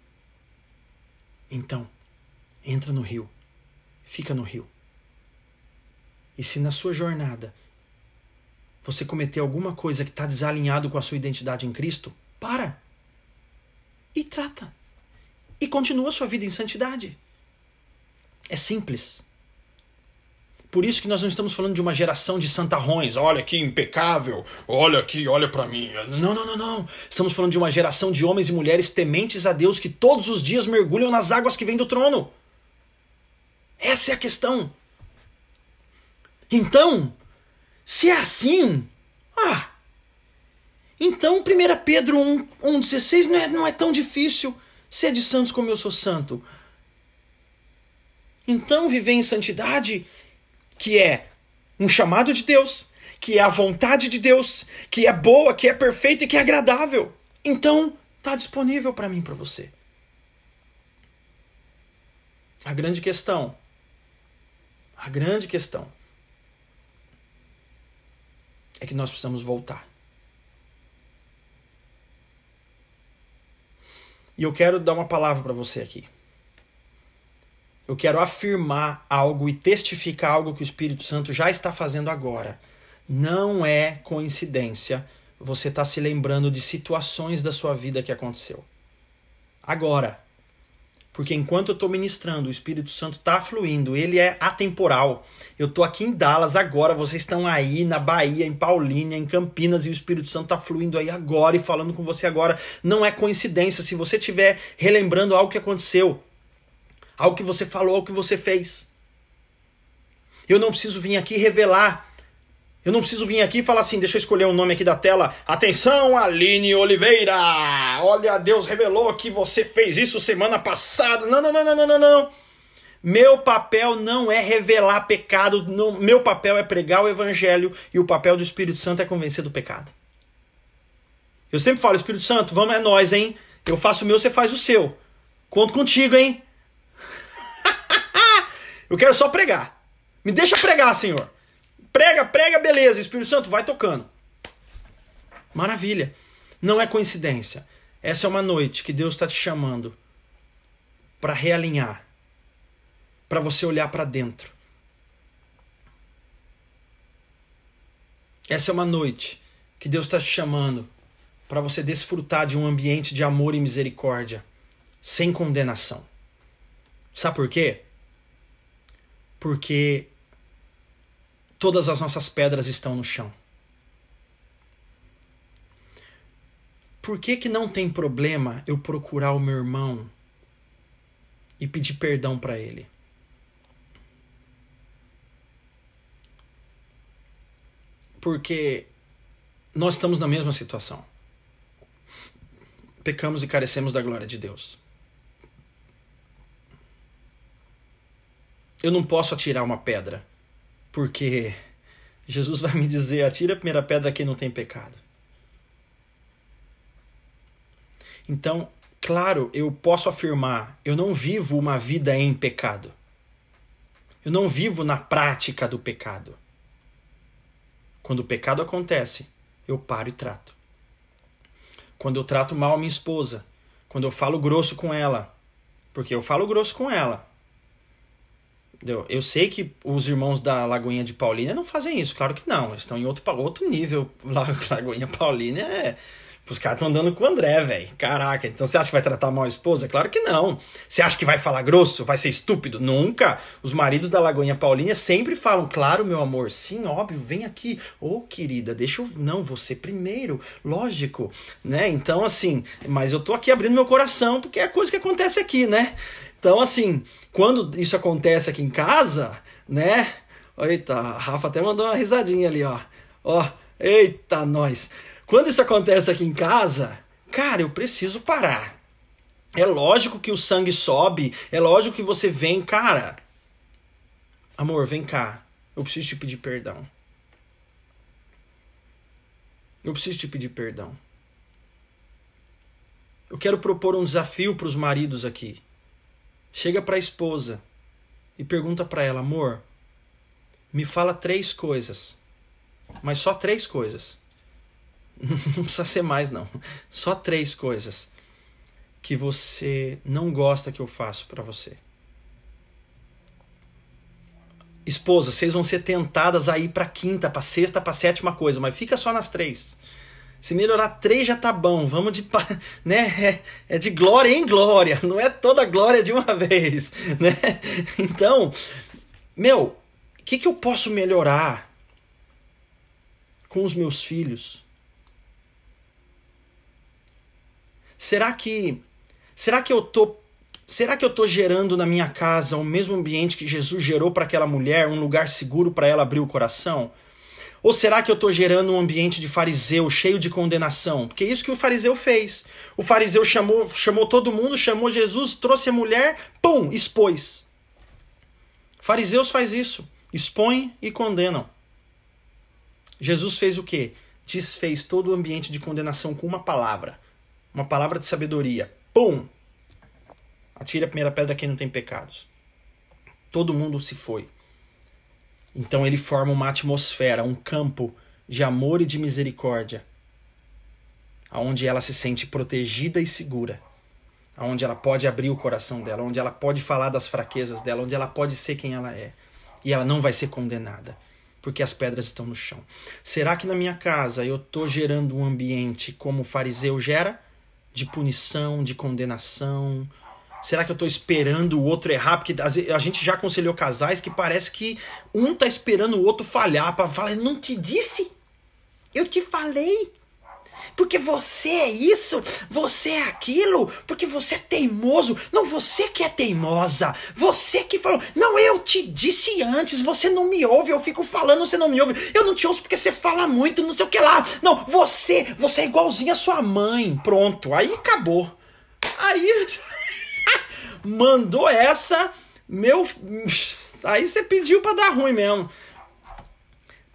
Então, entra no rio, fica no rio. E se na sua jornada você cometer alguma coisa que está desalinhado com a sua identidade em Cristo, para. E trata. E continua a sua vida em santidade. É simples. Por isso que nós não estamos falando de uma geração de santarrões. Olha que impecável. Olha aqui, olha para mim. Não, não, não, não. Estamos falando de uma geração de homens e mulheres tementes a Deus que todos os dias mergulham nas águas que vêm do trono. Essa é a questão. Então, se é assim, ah, então primeira Pedro um, um dezesseis não é, não é tão difícil ser de santos como eu sou santo. Então viver em santidade, que é um chamado de Deus, que é a vontade de Deus, que é boa, que é perfeita e que é agradável. Então está disponível para mim e para você. A grande questão, a grande questão é que nós precisamos voltar. E eu quero dar uma palavra para você aqui. Eu quero afirmar algo e testificar algo que o Espírito Santo já está fazendo agora. Não é coincidência você estar se lembrando de situações da sua vida que aconteceu. Agora. Porque enquanto eu estou ministrando, o Espírito Santo está fluindo, ele é atemporal. Eu estou aqui em Dallas agora, vocês estão aí na Bahia, em Paulínia, em Campinas, e o Espírito Santo está fluindo aí agora e falando com você agora. Não é coincidência se você estiver relembrando algo que aconteceu, algo que você falou, algo que você fez. Eu não preciso vir aqui revelar. Eu não preciso vir aqui e falar assim, deixa eu escolher o nome aqui da tela. Atenção, Aline Oliveira! Olha, Deus revelou que você fez isso semana passada. Não, não, não, não, não, não. Meu papel não é revelar pecado. Não, meu papel é pregar o evangelho e o papel do Espírito Santo é convencer do pecado. Eu sempre falo, Espírito Santo, vamos, é nós, hein? Eu faço o meu, você faz o seu. Conto contigo, hein? Eu quero só pregar. Me deixa pregar, Senhor. Prega, prega, beleza. Espírito Santo, vai tocando. Maravilha. Não é coincidência. Essa é uma noite que Deus está te chamando para realinhar. Para você olhar para dentro. Essa é uma noite que Deus está te chamando para você desfrutar de um ambiente de amor e misericórdia, sem condenação. Sabe por quê? Porque todas as nossas pedras estão no chão. Por que que não tem problema eu procurar o meu irmão e pedir perdão para ele? Porque nós estamos na mesma situação. Pecamos e carecemos da glória de Deus. Eu não posso atirar uma pedra, porque Jesus vai me dizer, atira a primeira pedra quem não tem pecado. Então, claro, eu posso afirmar, eu não vivo uma vida em pecado. Eu não vivo na prática do pecado. Quando o pecado acontece, eu paro e trato. Quando eu trato mal a minha esposa, quando eu falo grosso com ela, porque eu falo grosso com ela. Eu, eu sei que os irmãos da Lagoinha de Paulínia não fazem isso, claro que não. Eles estão em outro, outro nível. Lagoinha Paulínia é... Os caras estão andando com o André, velho. Caraca, então você acha que vai tratar mal a esposa? Claro que não. Você acha que vai falar grosso? Vai ser estúpido? Nunca. Os maridos da Lagoinha Paulínia sempre falam, claro, meu amor, sim, óbvio, vem aqui. Ô, oh, querida, deixa eu... Não, você primeiro, lógico, né? Então, assim, mas eu tô aqui abrindo meu coração, porque é coisa que acontece aqui, né? Então, assim, quando isso acontece aqui em casa, né? Eita, a Rafa até mandou uma risadinha ali, ó. Ó, eita, nós... Quando isso acontece aqui em casa, cara, eu preciso parar. É lógico que o sangue sobe, é lógico que você vem, cara. Amor, vem cá. Eu preciso te pedir perdão. Eu preciso te pedir perdão. Eu quero propor um desafio para os maridos aqui. Chega para a esposa e pergunta para ela, amor, me fala três coisas, mas só três coisas. Não precisa ser mais, não. Só três coisas que você não gosta que eu faço pra você. Esposa, vocês vão ser tentadas a ir pra quinta, pra sexta, pra sétima coisa, mas fica só nas três. Se melhorar três já tá bom. Vamos de... né? É, é de glória em glória. Não é toda glória de uma vez. Né? Então, meu, o que, que eu posso melhorar com os meus filhos? Será que, será que eu tô, será que eu tô gerando na minha casa o mesmo ambiente que Jesus gerou para aquela mulher, um lugar seguro para ela abrir o coração? Ou será que eu tô gerando um ambiente de fariseu, cheio de condenação? Porque é isso que o fariseu fez. O fariseu chamou, chamou todo mundo, chamou Jesus, trouxe a mulher, pum, expôs. Fariseus faz isso, expõem e condenam. Jesus fez o quê? Desfez todo o ambiente de condenação com uma palavra. Uma palavra de sabedoria. Pum! Atire a primeira pedra quem não tem pecados. Todo mundo se foi. Então ele forma uma atmosfera, um campo de amor e de misericórdia. Onde ela se sente protegida e segura. Onde ela pode abrir o coração dela. Onde ela pode falar das fraquezas dela. Onde ela pode ser quem ela é. E ela não vai ser condenada. Porque as pedras estão no chão. Será que na minha casa eu estou gerando um ambiente como o fariseu gera? De punição, de condenação? Será que eu estou esperando o outro errar? Porque a gente já aconselhou casais que parece que um está esperando o outro falhar para falar, não te disse? Eu te falei. Porque você é isso, você é aquilo, porque você é teimoso. Não, você que é teimosa, você que falou. Não, eu te disse antes, você não me ouve, eu fico falando, você não me ouve. Eu não te ouço porque você fala muito, não sei o que lá. Não, você, você é igualzinho a sua mãe. Pronto, aí acabou. Aí mandou essa, meu... Aí você pediu pra dar ruim mesmo.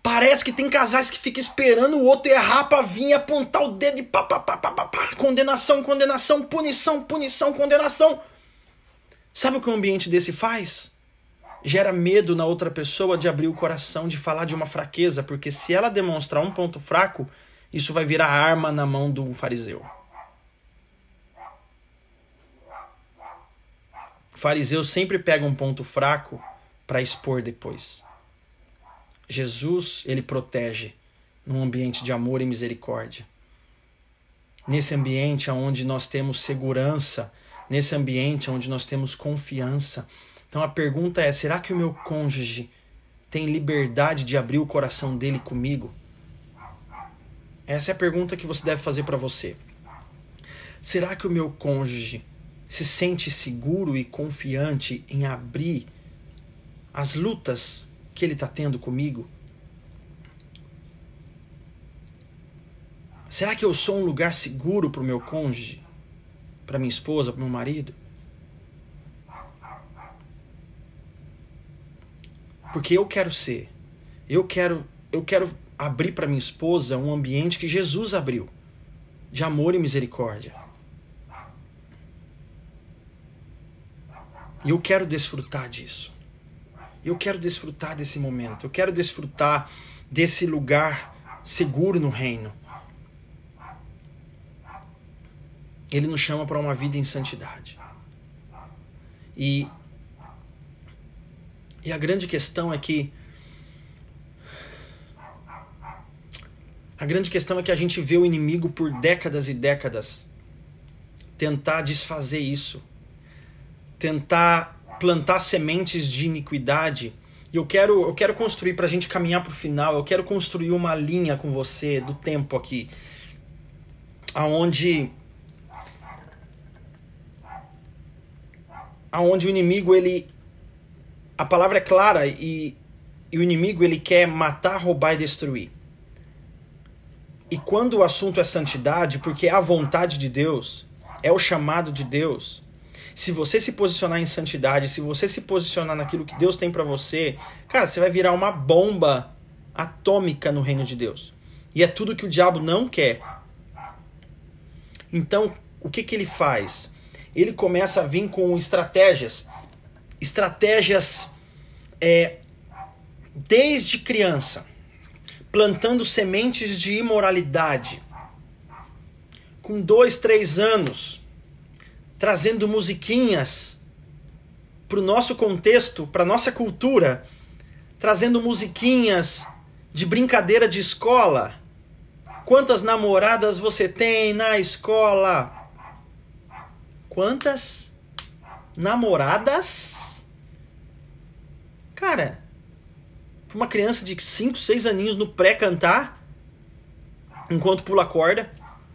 Parece que tem casais que ficam esperando o outro errar pra vir apontar o dedo e pá, pá, pá, pá, pá, pá. Condenação, condenação, punição, punição, condenação. Sabe o que um ambiente desse faz? Gera medo na outra pessoa de abrir o coração, de falar de uma fraqueza, porque se ela demonstrar um ponto fraco, isso vai virar arma na mão do fariseu. O fariseu sempre pega um ponto fraco para expor depois. Jesus, ele protege num ambiente de amor e misericórdia. Nesse ambiente onde nós temos segurança, nesse ambiente onde nós temos confiança. Então a pergunta é, será que o meu cônjuge tem liberdade de abrir o coração dele comigo? Essa é a pergunta que você deve fazer para você. Será que o meu cônjuge se sente seguro e confiante em abrir as lutas que ele está tendo comigo? Será que eu sou um lugar seguro para o meu cônjuge? Para minha esposa, para o meu marido? Porque eu quero ser. Eu quero, eu quero abrir para minha esposa um ambiente que Jesus abriu. De amor e misericórdia. E eu quero desfrutar disso. Eu quero desfrutar desse momento. Eu quero desfrutar desse lugar seguro no reino. Ele nos chama para uma vida em santidade. E, e a grande questão é que a grande questão é que a gente vê o inimigo por décadas e décadas tentar desfazer isso. Tentar plantar sementes de iniquidade. E eu quero, eu quero construir, para a gente caminhar para o final, eu quero construir uma linha com você do tempo aqui. Aonde, aonde o inimigo, ele... A palavra é clara e, e o inimigo, ele quer matar, roubar e destruir. E quando o assunto é santidade, porque é a vontade de Deus, é o chamado de Deus... Se você se posicionar em santidade, se você se posicionar naquilo que Deus tem para você, cara, você vai virar uma bomba atômica no reino de Deus. E é tudo que o diabo não quer. Então, o que, que ele faz? Ele começa a vir com estratégias. Estratégias é, desde criança. Plantando sementes de imoralidade. Com dois, três anos... Trazendo musiquinhas para o nosso contexto, para a nossa cultura. Trazendo musiquinhas de brincadeira de escola. Quantas namoradas você tem na escola? Quantas namoradas? Cara, para uma criança de cinco, seis aninhos no pré cantar, enquanto pula corda.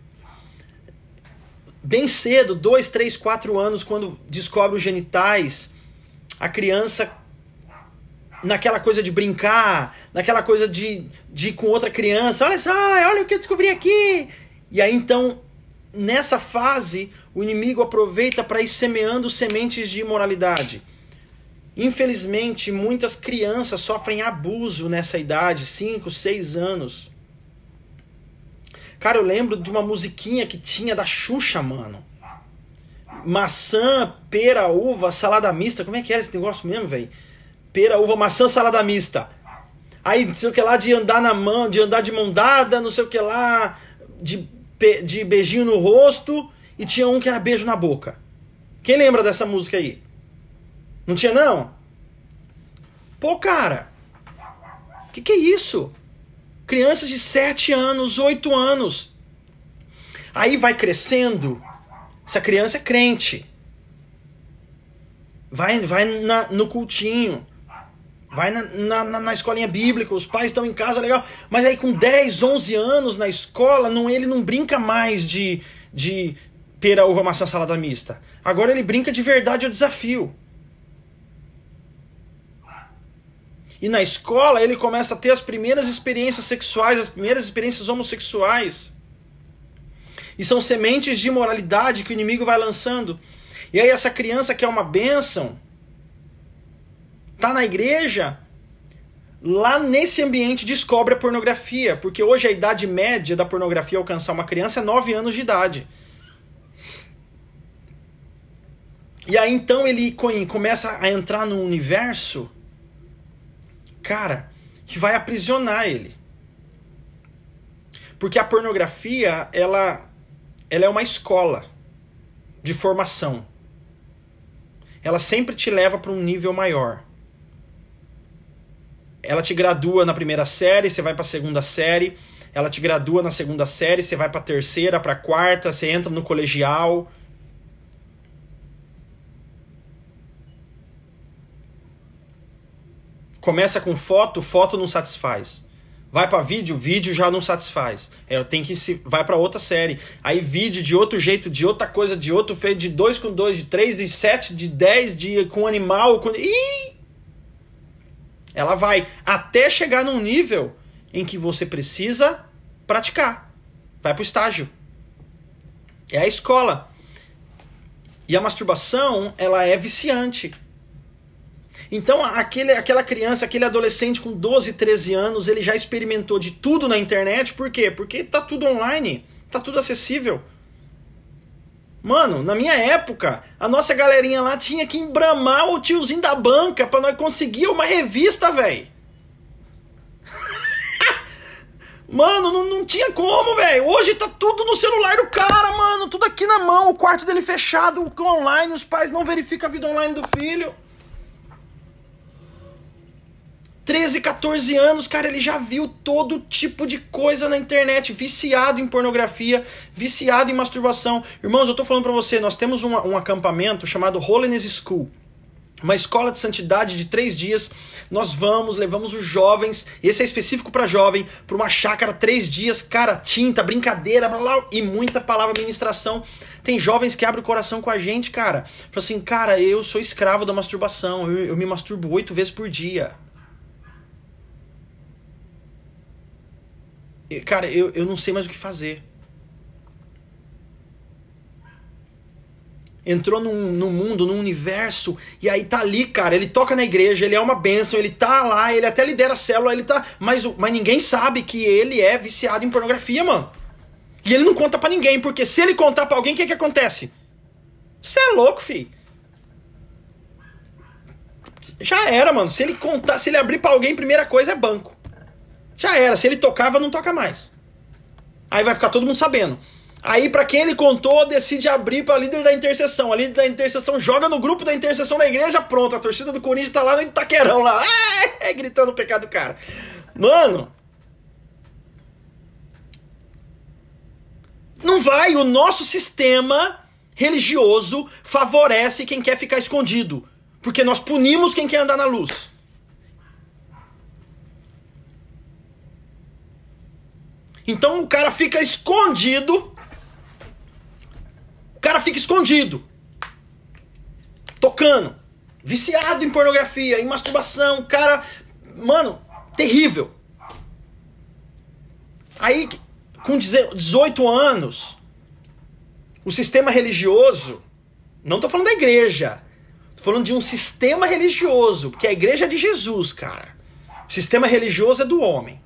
Bem cedo, dois, três, quatro anos, quando descobre os genitais, a criança, naquela coisa de brincar, naquela coisa de, de ir com outra criança, olha só, olha o que eu descobri aqui. E aí então, nessa fase, o inimigo aproveita para ir semeando sementes de imoralidade. Infelizmente, muitas crianças sofrem abuso nessa idade, cinco, seis anos. Cara, eu lembro de uma musiquinha que tinha da Xuxa, mano. Maçã, pera, uva, salada mista. Como é que era esse negócio mesmo, velho? Pera, uva, maçã, salada mista. Aí, não sei o que lá, de andar na mão, de andar de mão dada, não sei o que lá, de, de beijinho no rosto. E tinha um que era beijo na boca. Quem lembra dessa música aí? Não tinha, não? Pô, cara. Que que é isso? Crianças de sete anos, oito anos. Aí vai crescendo. Essa criança é crente. Vai, vai na, no cultinho. Vai na, na, na escolinha bíblica. Os pais estão em casa, legal. Mas aí com dez, onze anos na escola, não, ele não brinca mais de, de pera, uva, maçã, salada mista. Agora ele brinca de verdade ao desafio. E na escola ele começa a ter as primeiras experiências sexuais, as primeiras experiências homossexuais. E são sementes de imoralidade que o inimigo vai lançando. E aí essa criança que é uma bênção, tá na igreja, lá nesse ambiente descobre a pornografia, porque hoje a idade média da pornografia alcançar uma criança é nove anos de idade. E aí então ele começa a entrar num universo, cara, que vai aprisionar ele. Porque a pornografia, ela, ela é uma escola de formação. Ela sempre te leva para um nível maior. Ela te gradua na primeira série, você vai para a segunda série. Ela te gradua na segunda série, você vai para a terceira, para a quarta, você entra no colegial. Começa com foto, foto não satisfaz. Vai para vídeo, vídeo já não satisfaz. É, eu tenho que se vai para outra série. Aí vídeo de outro jeito, de outra coisa, de outro feito, de dois com dois, de três, de sete, de dez, de com animal, com Ih! Ela vai até chegar num nível em que você precisa praticar. Vai pro estágio. É a escola. E a masturbação, ela é viciante. Então, aquele, aquela criança, aquele adolescente com doze, treze anos, ele já experimentou de tudo na internet. Por quê? Porque tá tudo online, tá tudo acessível. Mano, na minha época, a nossa galerinha lá tinha que embramar o tiozinho da banca pra nós conseguir uma revista, velho. Mano, não, não tinha como, velho. Hoje tá tudo no celular do cara, mano. Tudo aqui na mão, o quarto dele fechado, online, os pais não verificam a vida online do filho. treze, quatorze anos, cara, ele já viu todo tipo de coisa na internet, viciado em pornografia, viciado em masturbação. Irmãos, eu tô falando pra você, nós temos um, um acampamento chamado Holiness School, uma escola de santidade de três dias. Nós vamos, levamos os jovens, esse é específico pra jovem, pra uma chácara, três dias, cara, tinta, brincadeira, blá, blá, e muita palavra, ministração. Tem jovens que abrem o coração com a gente, cara. Fala assim, cara, eu sou escravo da masturbação, eu, eu me masturbo oito vezes por dia. Cara, eu, eu não sei mais o que fazer. Entrou num, num mundo, num universo, e aí tá ali, cara, ele toca na igreja, ele é uma bênção, ele tá lá, ele até lidera a célula, ele tá... Mas, mas ninguém sabe que ele é viciado em pornografia, mano. E ele não conta pra ninguém, porque se ele contar pra alguém, o que que acontece? Você é louco, filho. Já era, mano. Se ele contar, se ele abrir pra alguém, primeira coisa é banco. Já era, se ele tocava, não toca mais. Aí vai ficar todo mundo sabendo. Aí pra quem ele contou, decide abrir pra líder da intercessão. A líder da intercessão joga no grupo da intercessão da igreja, pronto. A torcida do Corinthians tá lá no Itaquerão, lá, é, é, gritando o pecado do cara. Mano, não vai, o nosso sistema religioso favorece quem quer ficar escondido. Porque nós punimos quem quer andar na luz. Então o cara fica escondido. O cara fica escondido. Tocando. Viciado em pornografia, em masturbação. O cara... Mano, terrível. Aí, com dezoito anos, o sistema religioso... Não tô falando da igreja. Tô falando de um sistema religioso. Porque a igreja é de Jesus, cara. O sistema religioso é do homem.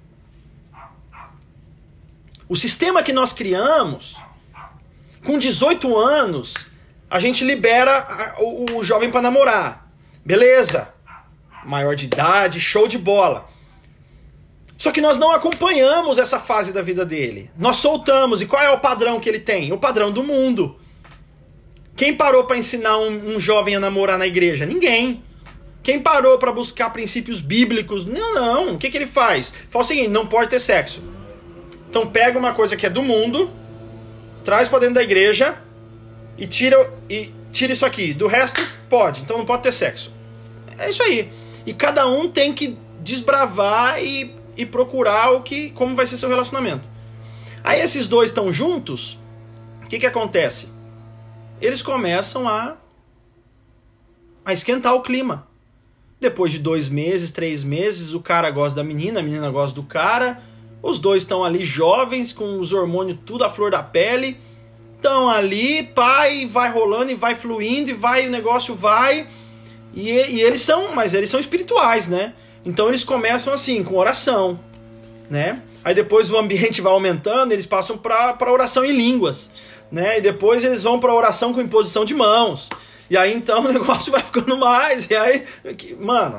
O sistema que nós criamos, com dezoito anos, a gente libera o, o jovem para namorar. Beleza. Maior de idade, show de bola. Só que nós não acompanhamos essa fase da vida dele. Nós soltamos. E qual é o padrão que ele tem? O padrão do mundo. Quem parou para ensinar um, um jovem a namorar na igreja? Ninguém. Quem parou para buscar princípios bíblicos? Não, não. O que, que ele faz? Fala o seguinte, não pode ter sexo. Então pega uma coisa que é do mundo, traz para dentro da igreja e tira, e tira isso aqui. Do resto, pode. Então não pode ter sexo. É isso aí. E cada um tem que desbravar e, e procurar o que, como vai ser seu relacionamento. Aí esses dois estão juntos, o que, que acontece? Eles começam a, a esquentar o clima. Depois de dois meses, três meses, o cara gosta da menina, a menina gosta do cara... Os dois estão ali jovens, com os hormônios tudo à flor da pele. Estão ali, pai, vai rolando e vai fluindo, e vai, o negócio vai. E, e eles são, mas eles são espirituais, né? Então eles começam assim, com oração, né? Aí depois o ambiente vai aumentando, eles passam para oração em línguas, né? E depois eles vão para oração com imposição de mãos. E aí então o negócio vai ficando mais. E aí, mano,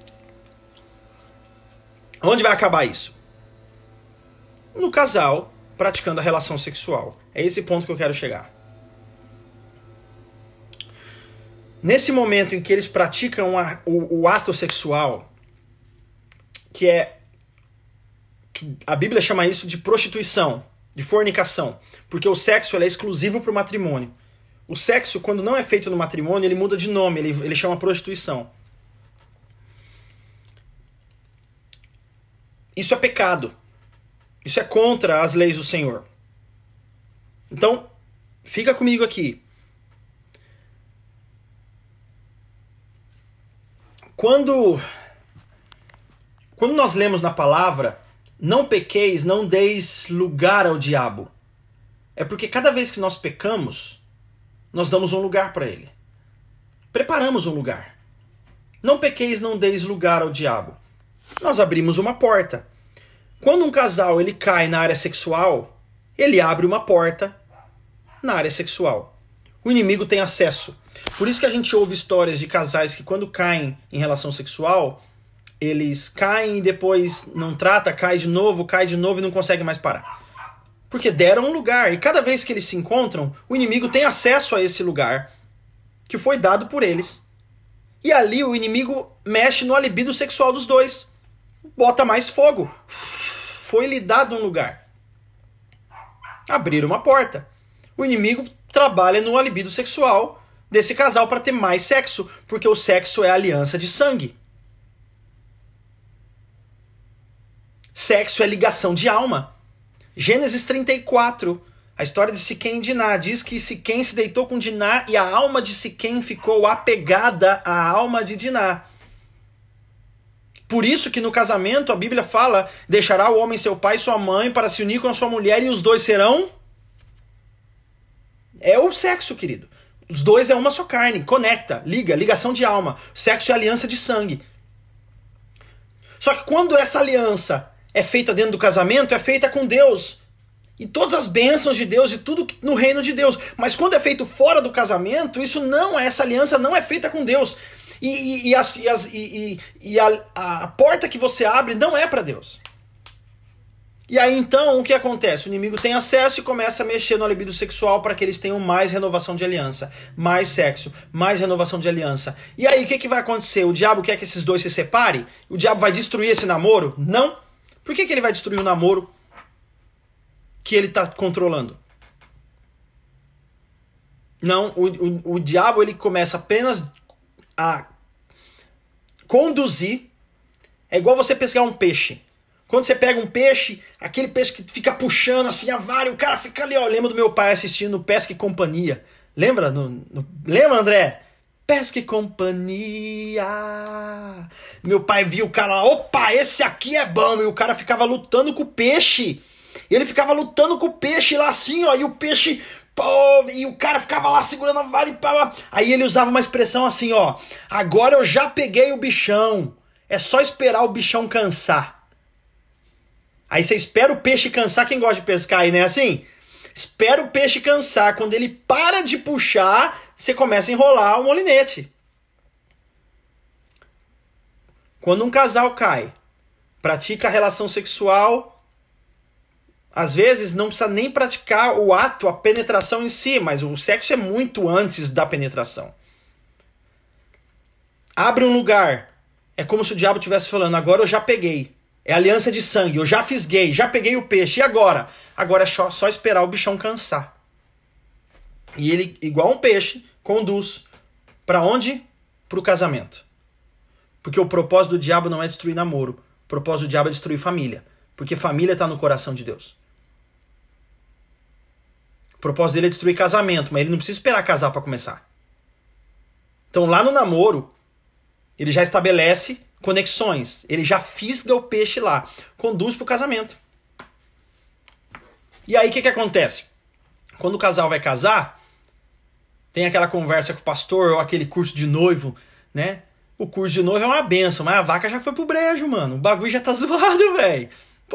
onde vai acabar isso? No casal praticando a relação sexual. É esse ponto que eu quero chegar. Nesse momento em que eles praticam a, o, o ato sexual, que é que a Bíblia chama isso de prostituição, de fornicação, porque o sexo ele é exclusivo para o matrimônio. O sexo, quando não é feito no matrimônio, ele muda de nome, ele, ele chama prostituição. Isso é pecado. Isso é contra as leis do Senhor. Então, fica comigo aqui. Quando, quando nós lemos na palavra, não pequeis, não deis lugar ao diabo. É porque cada vez que nós pecamos, nós damos um lugar para ele. Preparamos um lugar. Não pequeis, não deis lugar ao diabo. Nós abrimos uma porta. Quando um casal ele cai na área sexual, ele abre uma porta na área sexual. O inimigo tem acesso. Por isso que a gente ouve histórias de casais que quando caem em relação sexual, eles caem e depois não trata, cai de novo, cai de novo e não consegue mais parar. Porque deram um lugar. E cada vez que eles se encontram, o inimigo tem acesso a esse lugar que foi dado por eles. E ali o inimigo mexe no libido sexual dos dois. Bota mais fogo. Foi lhe dado um lugar. Abriram uma porta. O inimigo trabalha no libido sexual desse casal para ter mais sexo, porque o sexo é aliança de sangue. Sexo é ligação de alma. Gênesis trinta e quatro, a história de Siquém e Diná, diz que Siquém se deitou com Diná e a alma de Siquém ficou apegada à alma de Diná. Por isso que no casamento a Bíblia fala, deixará o homem seu pai e sua mãe para se unir com a sua mulher e os dois serão... É o sexo, querido. Os dois é uma só carne, conecta, liga, ligação de alma. Sexo é aliança de sangue. Só que quando essa aliança é feita dentro do casamento, é feita com Deus. E todas as bênçãos de Deus e tudo no reino de Deus. Mas quando é feito fora do casamento, isso não é, essa aliança não é feita com Deus. E, e, e, as, e, as, e, e, e a, a porta que você abre não é para Deus. E aí então o que acontece? O inimigo tem acesso e começa a mexer no libido sexual para que eles tenham mais renovação de aliança, mais sexo, mais renovação de aliança. E aí o que, que vai acontecer? O diabo quer que esses dois se separem? O diabo vai destruir esse namoro? Não. Por que, que ele vai destruir o namoro que ele está controlando? Não, o, o, o diabo ele começa apenas a conduzir. É igual você pescar um peixe. Quando você pega um peixe, aquele peixe que fica puxando assim a vara, o cara fica ali, ó. Eu lembro do meu pai assistindo Pesca e Companhia. Lembra? No, no, lembra, André? Pesca e Companhia. Meu pai viu o cara lá, opa, esse aqui é bom. E o cara ficava lutando com o peixe. Ele ficava lutando com o peixe lá assim, ó. E o peixe, pô, e o cara ficava lá segurando a vara e pá. Aí ele usava uma expressão assim, ó. Agora eu já peguei o bichão. É só esperar o bichão cansar. Aí você espera o peixe cansar, quem gosta de pescar aí, né? Assim, espera o peixe cansar. Quando ele para de puxar, você começa a enrolar o molinete. Quando um casal cai, pratica a relação sexual, às vezes não precisa nem praticar o ato, a penetração em si, mas o sexo é muito antes da penetração. Abre um lugar. É como se o diabo estivesse falando, agora eu já peguei. É aliança de sangue, eu já fisguei, já peguei o peixe, e agora? Agora é só, só esperar o bichão cansar. E ele, igual um peixe, conduz para onde? Para o casamento. Porque o propósito do diabo não é destruir namoro. O propósito do diabo é destruir família. Porque família está no coração de Deus. O propósito dele é destruir casamento, mas ele não precisa esperar casar para começar. Então lá no namoro, ele já estabelece conexões. Ele já fisga o peixe lá. Conduz para o casamento. E aí o que, que acontece? Quando o casal vai casar, tem aquela conversa com o pastor, ou aquele curso de noivo, né? O curso de noivo é uma benção, mas a vaca já foi pro brejo, mano. O bagulho já tá zoado, velho.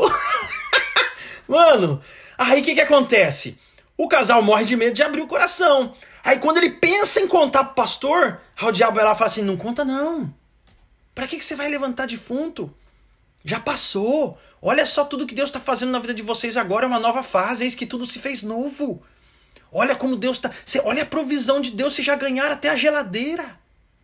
Mano, aí o que que acontece? O casal morre de medo de abrir o coração. Aí quando ele pensa em contar pro pastor, aí o diabo vai lá e fala assim, não conta não. Pra que que você vai levantar defunto? Já passou. Olha só tudo que Deus tá fazendo na vida de vocês agora, é uma nova fase, eis que tudo se fez novo. Olha como Deus tá... Você, olha a provisão de Deus, vocês já ganharam até a geladeira.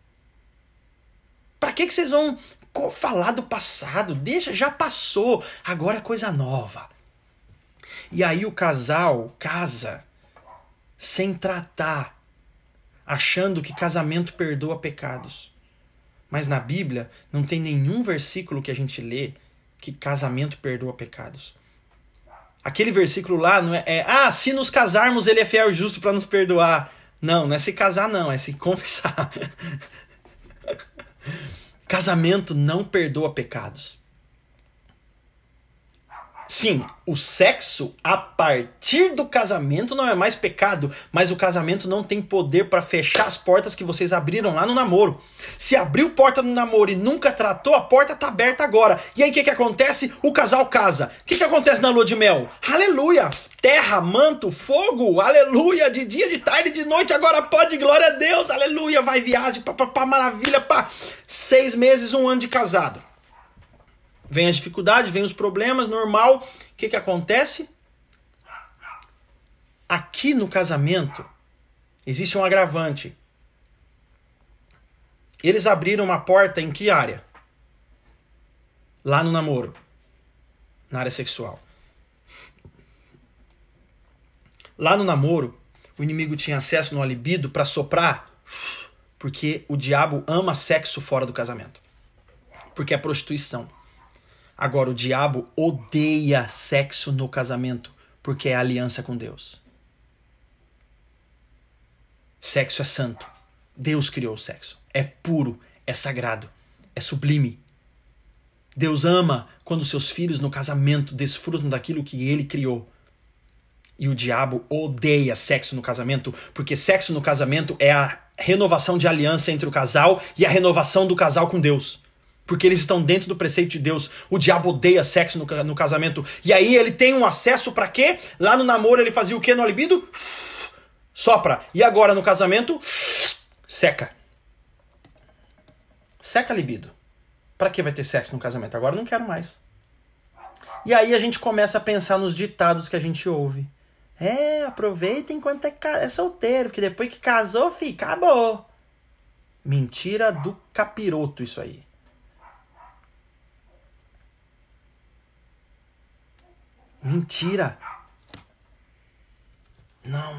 Pra que que vocês vão falar do passado? Deixa, já passou. Agora é coisa nova. E aí o casal casa sem tratar, achando que casamento perdoa pecados. Mas na Bíblia não tem nenhum versículo que a gente lê que casamento perdoa pecados. Aquele versículo lá não é, é ah, se nos casarmos ele é fiel e justo para nos perdoar. Não, não é se casar não, é se confessar. Casamento não perdoa pecados. Sim, o sexo a partir do casamento não é mais pecado, mas o casamento não tem poder para fechar as portas que vocês abriram lá no namoro. Se abriu porta no namoro e nunca tratou, a porta tá aberta agora. E aí o que que acontece? O casal casa. O que que acontece na lua de mel? Aleluia! Terra, manto, fogo, aleluia! De dia, de tarde, de noite, agora pode, glória a Deus, aleluia! Vai viagem, pá, pá, pá, maravilha, pá! Seis meses, um ano de casado. Vem as dificuldades, vem os problemas, normal. O que que acontece? Aqui no casamento, existe um agravante. Eles abriram uma porta em que área? Lá no namoro. Na área sexual. Lá no namoro, o inimigo tinha acesso no libido para soprar, porque o diabo ama sexo fora do casamento. Porque é prostituição. Agora, o diabo odeia sexo no casamento, porque é aliança com Deus. Sexo é santo. Deus criou o sexo. É puro, é sagrado, é sublime. Deus ama quando seus filhos no casamento desfrutam daquilo que ele criou. E o diabo odeia sexo no casamento, porque sexo no casamento é a renovação de aliança entre o casal e a renovação do casal com Deus. Porque eles estão dentro do preceito de Deus. O diabo odeia sexo no, no casamento. E aí ele tem um acesso pra quê? Lá no namoro ele fazia o quê no libido? Sopra. E agora no casamento? Seca. Seca a libido. Pra que vai ter sexo no casamento? Agora eu não quero mais. E aí a gente começa a pensar nos ditados que a gente ouve. É, aproveita enquanto é, é solteiro, que depois que casou, fi, acabou. Mentira do capiroto isso aí. Mentira. Não.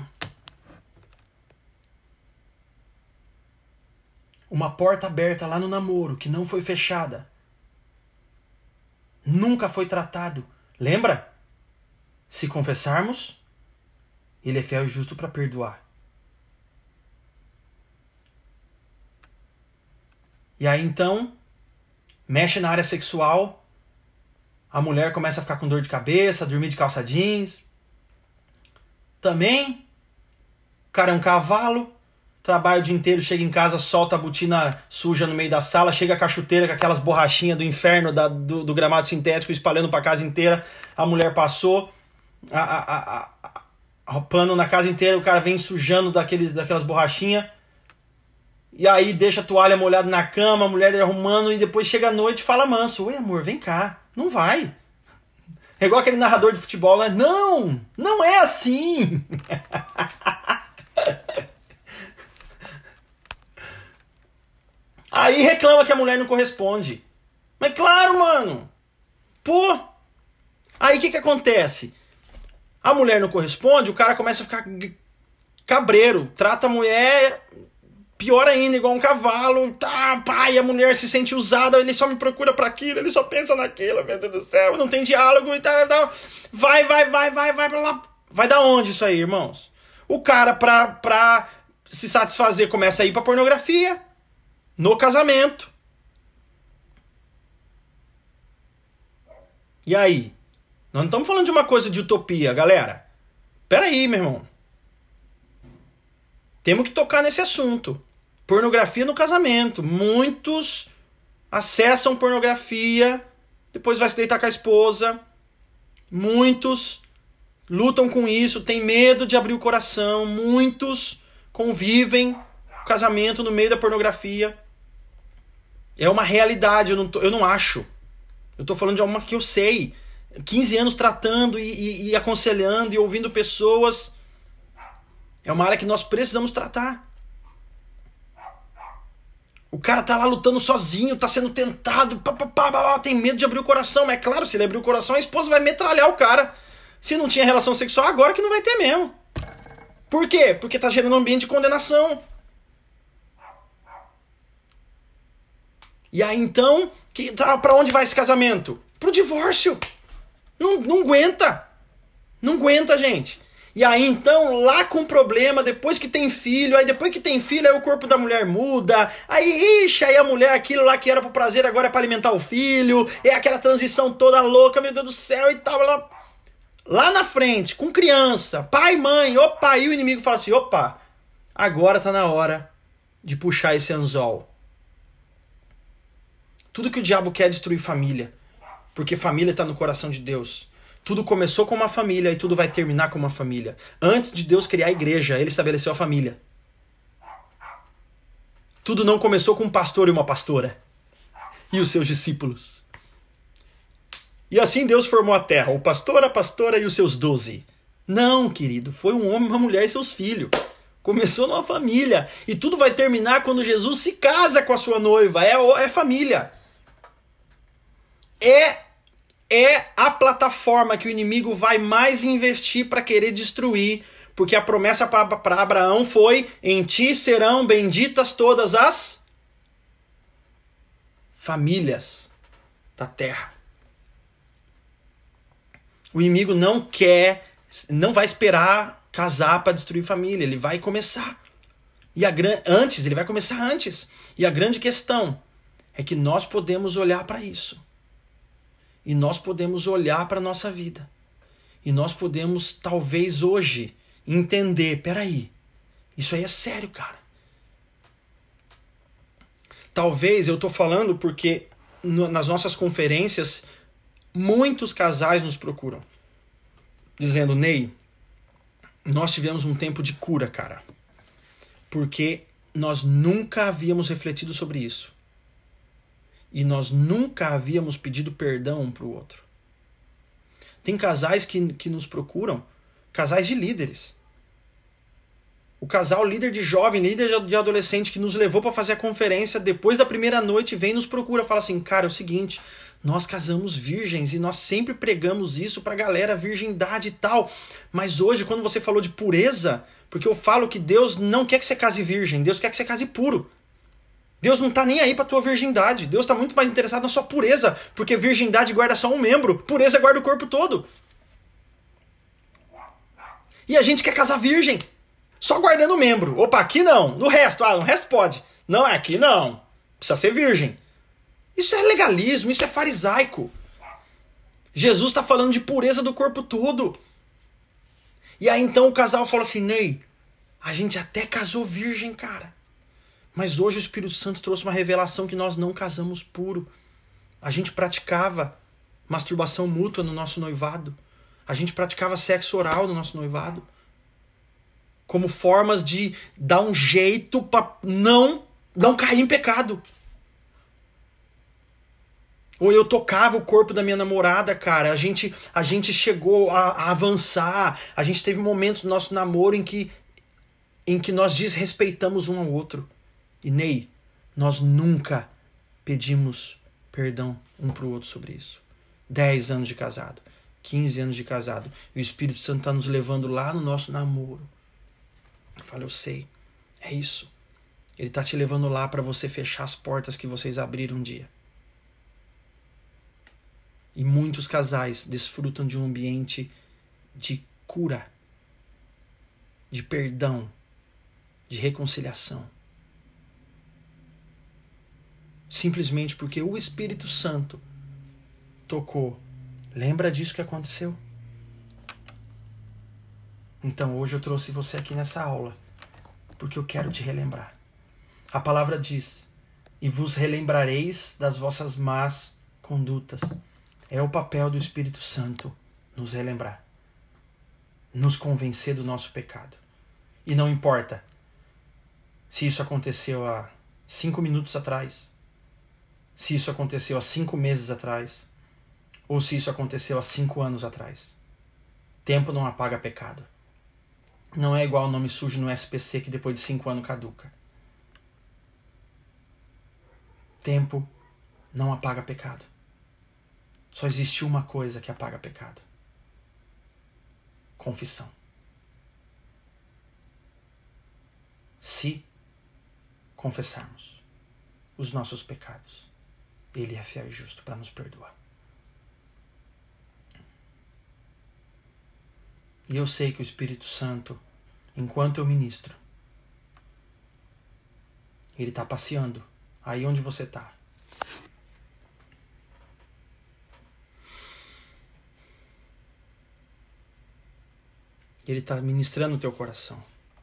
Uma porta aberta lá no namoro que não foi fechada. Nunca foi tratado. Lembra? Se confessarmos, ele é fiel e justo para perdoar. E aí então, mexe na área sexual. A mulher começa a ficar com dor de cabeça, dormir de calça jeans. Também, o cara é um cavalo, trabalha o dia inteiro, chega em casa, solta a botina suja no meio da sala, chega com a chuteira com aquelas borrachinhas do inferno da, do, do gramado sintético espalhando pra casa inteira. A mulher passou, a, a, a, a, o pano na casa inteira, o cara vem sujando daqueles, daquelas borrachinhas. E aí deixa a toalha molhada na cama, a mulher arrumando, e depois chega à noite e fala manso. Oi, amor, vem cá. Não vai. É igual aquele narrador de futebol, né? Não, não é assim. Aí reclama que a mulher não corresponde. Mas claro, mano. Pô. Aí o que que acontece? A mulher não corresponde, o cara começa a ficar cabreiro. Trata a mulher... Pior ainda, igual um cavalo, tá, pai, a mulher se sente usada, ele só me procura pra aquilo, ele só pensa naquilo, meu Deus do céu, não tem diálogo e tal, tal. Vai, vai, vai, vai, vai pra lá. Vai da onde isso aí, irmãos? O cara, pra, pra se satisfazer, começa a ir pra pornografia, no casamento. E aí? Nós não estamos falando de uma coisa de utopia, galera. Pera aí, meu irmão. Temos que tocar nesse assunto. Pornografia no casamento. Muitos acessam pornografia, depois vai se deitar com a esposa. Muitos lutam com isso, têm medo de abrir o coração. Muitos convivem o casamento no meio da pornografia. É uma realidade, eu não, tô, eu não acho. Eu tô falando de uma que eu sei. quinze anos tratando e, e, e aconselhando e ouvindo pessoas. É uma área que nós precisamos tratar. O cara tá lá lutando sozinho, tá sendo tentado, pá, pá, pá, pá, tem medo de abrir o coração. Mas é claro, se ele abrir o coração, a esposa vai metralhar o cara. Se não tinha relação sexual, agora que não vai ter mesmo. Por quê? Porque tá gerando um ambiente de condenação. E aí então, que, tá, pra onde vai esse casamento? Pro divórcio. Não, não aguenta. Não aguenta, gente. E aí então, lá com problema, depois que tem filho, aí depois que tem filho, aí o corpo da mulher muda, aí, ixi, aí a mulher, aquilo lá que era pro prazer, agora é pra alimentar o filho, é aquela transição toda louca, meu Deus do céu e tal. Lá, lá na frente, com criança, pai, mãe, opa, aí o inimigo fala assim, opa, agora tá na hora de puxar esse anzol. Tudo que o diabo quer é destruir família, porque família tá no coração de Deus. Tudo começou com uma família e tudo vai terminar com uma família. Antes de Deus criar a igreja, ele estabeleceu a família. Tudo não começou com um pastor e uma pastora. E os seus discípulos. E assim Deus formou a terra. O pastor, a pastora e os seus doze. Não, querido. Foi um homem, uma mulher e seus filhos. Começou numa família. E tudo vai terminar quando Jesus se casa com a sua noiva. É, é família. É... É a plataforma que o inimigo vai mais investir para querer destruir. Porque a promessa para Abraão foi: em ti serão benditas todas as famílias da terra. O inimigo não quer, não vai esperar casar para destruir família. Ele vai começar. E a, antes, ele vai começar antes. E a grande questão é que nós podemos olhar para isso. E nós podemos olhar para a nossa vida. E nós podemos, talvez hoje, entender, peraí, isso aí é sério, cara. Talvez, eu estou falando porque no, nas nossas conferências, muitos casais nos procuram. Dizendo, Ney, nós tivemos um tempo de cura, cara. Porque nós nunca havíamos refletido sobre isso. E nós nunca havíamos pedido perdão um para o outro. Tem casais que, que nos procuram, casais de líderes. O casal líder de jovem, líder de adolescente que nos levou para fazer a conferência, depois da primeira noite, vem e nos procura, fala assim, cara, é o seguinte, nós casamos virgens e nós sempre pregamos isso pra galera, virgindade e tal. Mas hoje, quando você falou de pureza, porque eu falo que Deus não quer que você case virgem, Deus quer que você case puro. Deus não está nem aí para a tua virgindade. Deus está muito mais interessado na sua pureza. Porque virgindade guarda só um membro. Pureza guarda o corpo todo. E a gente quer casar virgem. Só guardando o membro. Opa, aqui não. No resto, ah, no resto pode. Não, é aqui não. Precisa ser virgem. Isso é legalismo, isso é farisaico. Jesus está falando de pureza do corpo todo. E aí então o casal fala assim, Ney, a gente até casou virgem, cara. Mas hoje o Espírito Santo trouxe uma revelação que nós não casamos puro. A gente praticava masturbação mútua no nosso noivado. A gente praticava sexo oral no nosso noivado. Como formas de dar um jeito para não, não cair em pecado. Ou eu tocava o corpo da minha namorada, cara. A gente, a gente chegou a, a avançar. A gente teve momentos no nosso namoro em que, em que nós desrespeitamos um ao outro. E Ney, nós nunca pedimos perdão um pro outro sobre isso. Dez anos de casado, quinze anos de casado. E o Espírito Santo está nos levando lá no nosso namoro. Eu falo, eu sei, é isso. Ele está te levando lá para você fechar as portas que vocês abriram um dia. E muitos casais desfrutam de um ambiente de cura, de perdão, de reconciliação. Simplesmente porque o Espírito Santo tocou. Lembra disso que aconteceu? Então hoje eu trouxe você aqui nessa aula porque eu quero te relembrar. A palavra diz: e vos relembrareis das vossas más condutas. É o papel do Espírito Santo nos relembrar, nos convencer do nosso pecado. E não importa se isso aconteceu há cinco minutos atrás, se isso aconteceu há cinco meses atrás, ou se isso aconteceu há cinco anos atrás. Tempo não apaga pecado. Não é igual o nome sujo no S P C que depois de cinco anos caduca. Tempo não apaga pecado. Só existe uma coisa que apaga pecado: confissão. Se confessarmos os nossos pecados, Ele é fiel e justo para nos perdoar. E eu sei que o Espírito Santo, enquanto eu ministro, Ele está passeando aí onde você está. Ele está ministrando o teu coração.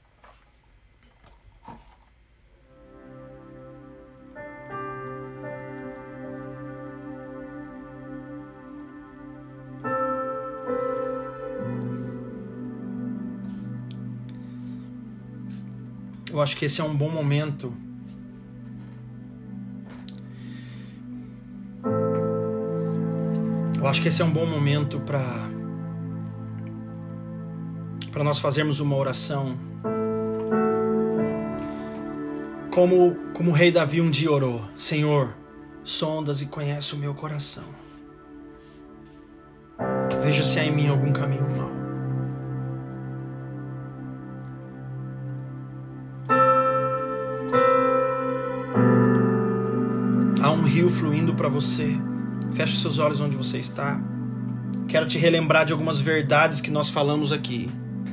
Eu acho que esse é um bom momento Eu acho que esse é um bom momento para para nós fazermos uma oração como, como o rei Davi um dia orou: Senhor, sondas e conhece o meu coração. Veja se há em mim algum caminho mau. Há um rio fluindo para você. Feche seus olhos onde você está. Quero te relembrar de algumas verdades que nós falamos aqui.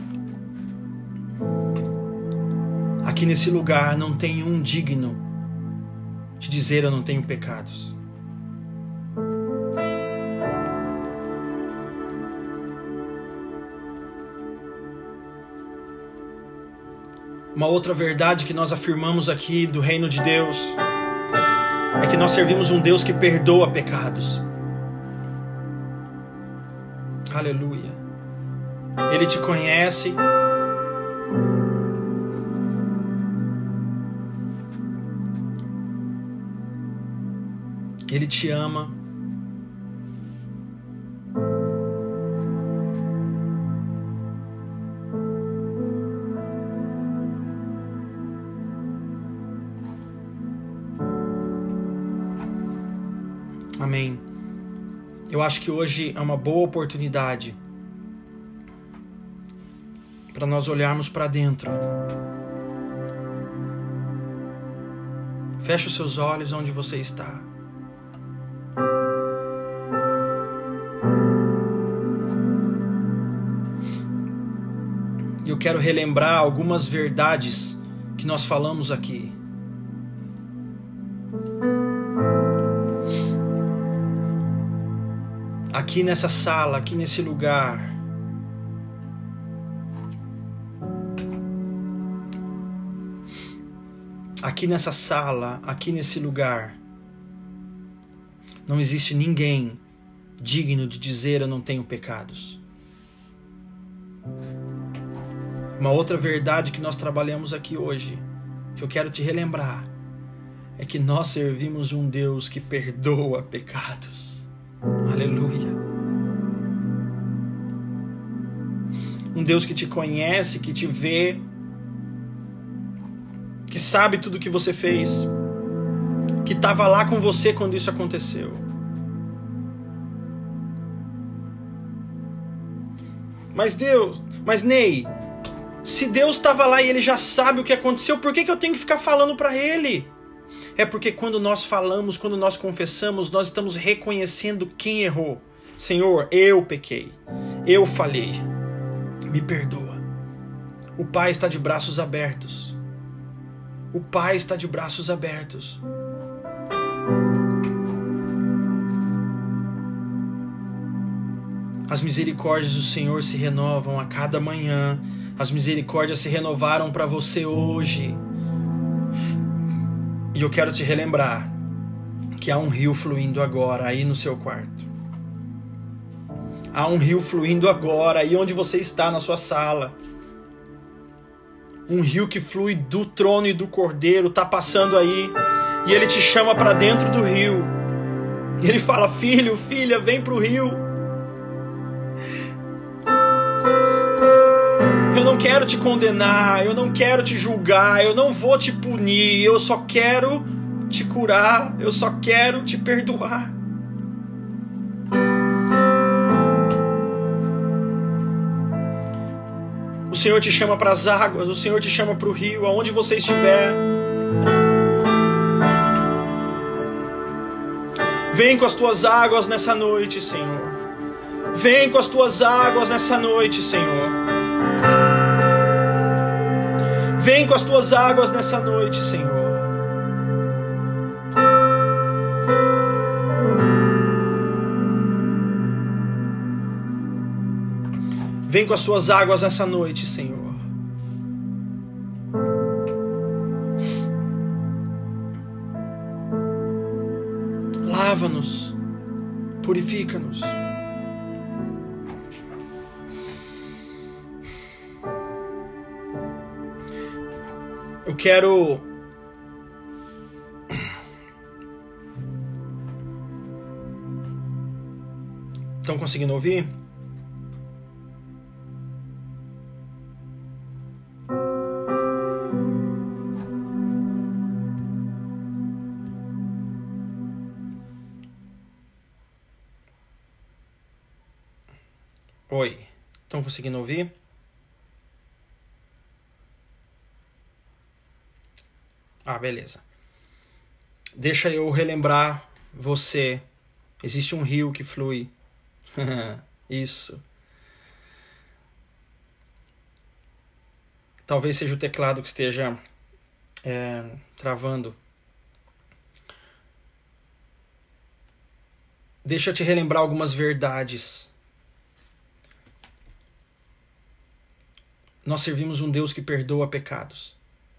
Aqui nesse lugar não tem um digno de dizer eu não tenho pecados. Uma outra verdade que nós afirmamos aqui do reino de Deus é que nós servimos um Deus que perdoa pecados. Aleluia. Ele te conhece. Ele te ama. Amém. Eu acho que hoje é uma boa oportunidade para nós olharmos para dentro. Feche os seus olhos onde você está. Eu quero relembrar algumas verdades que nós falamos aqui. Aqui nessa sala, aqui nesse lugar, aqui nessa sala, aqui nesse lugar, não existe ninguém digno de dizer eu não tenho pecados. Uma outra verdade que nós trabalhamos aqui hoje, que eu quero te relembrar, é que nós servimos um Deus que perdoa pecados. Aleluia. Um Deus que te conhece, que te vê, que sabe tudo o que você fez, que estava lá com você quando isso aconteceu. Mas Deus, mas Ney, se Deus estava lá e Ele já sabe o que aconteceu, por que que eu tenho que ficar falando para Ele? É porque quando nós falamos, quando nós confessamos, nós estamos reconhecendo quem errou. Senhor, eu pequei, eu falhei, me perdoa. O Pai está de braços abertos. O Pai está de braços abertos. As misericórdias do Senhor se renovam a cada manhã. As misericórdias se renovaram para você hoje. E eu quero te relembrar que há um rio fluindo agora aí no seu quarto. Há um rio fluindo agora aí onde você está, na sua sala. Um rio que flui do trono e do cordeiro, está passando aí. E ele te chama para dentro do rio. E ele fala: filho, filha, vem para o rio. Eu não quero te condenar, eu não quero te julgar, eu não vou te punir, eu só quero te curar, eu só quero te perdoar. O Senhor te chama para as águas, o Senhor te chama para o rio, aonde você estiver. Vem com as tuas águas nessa noite, Senhor. Vem com as tuas águas nessa noite, Senhor. Vem com as tuas águas nessa noite, Senhor. Vem com as suas águas nessa noite, Senhor. Lava-nos, purifica-nos. Eu quero Estão conseguindo ouvir? Oi, estão conseguindo ouvir? Ah, beleza. Deixa eu relembrar você. Existe um rio que flui. Isso. Talvez seja o teclado que esteja é, travando. Deixa eu te relembrar algumas verdades. Nós servimos um Deus que perdoa pecados.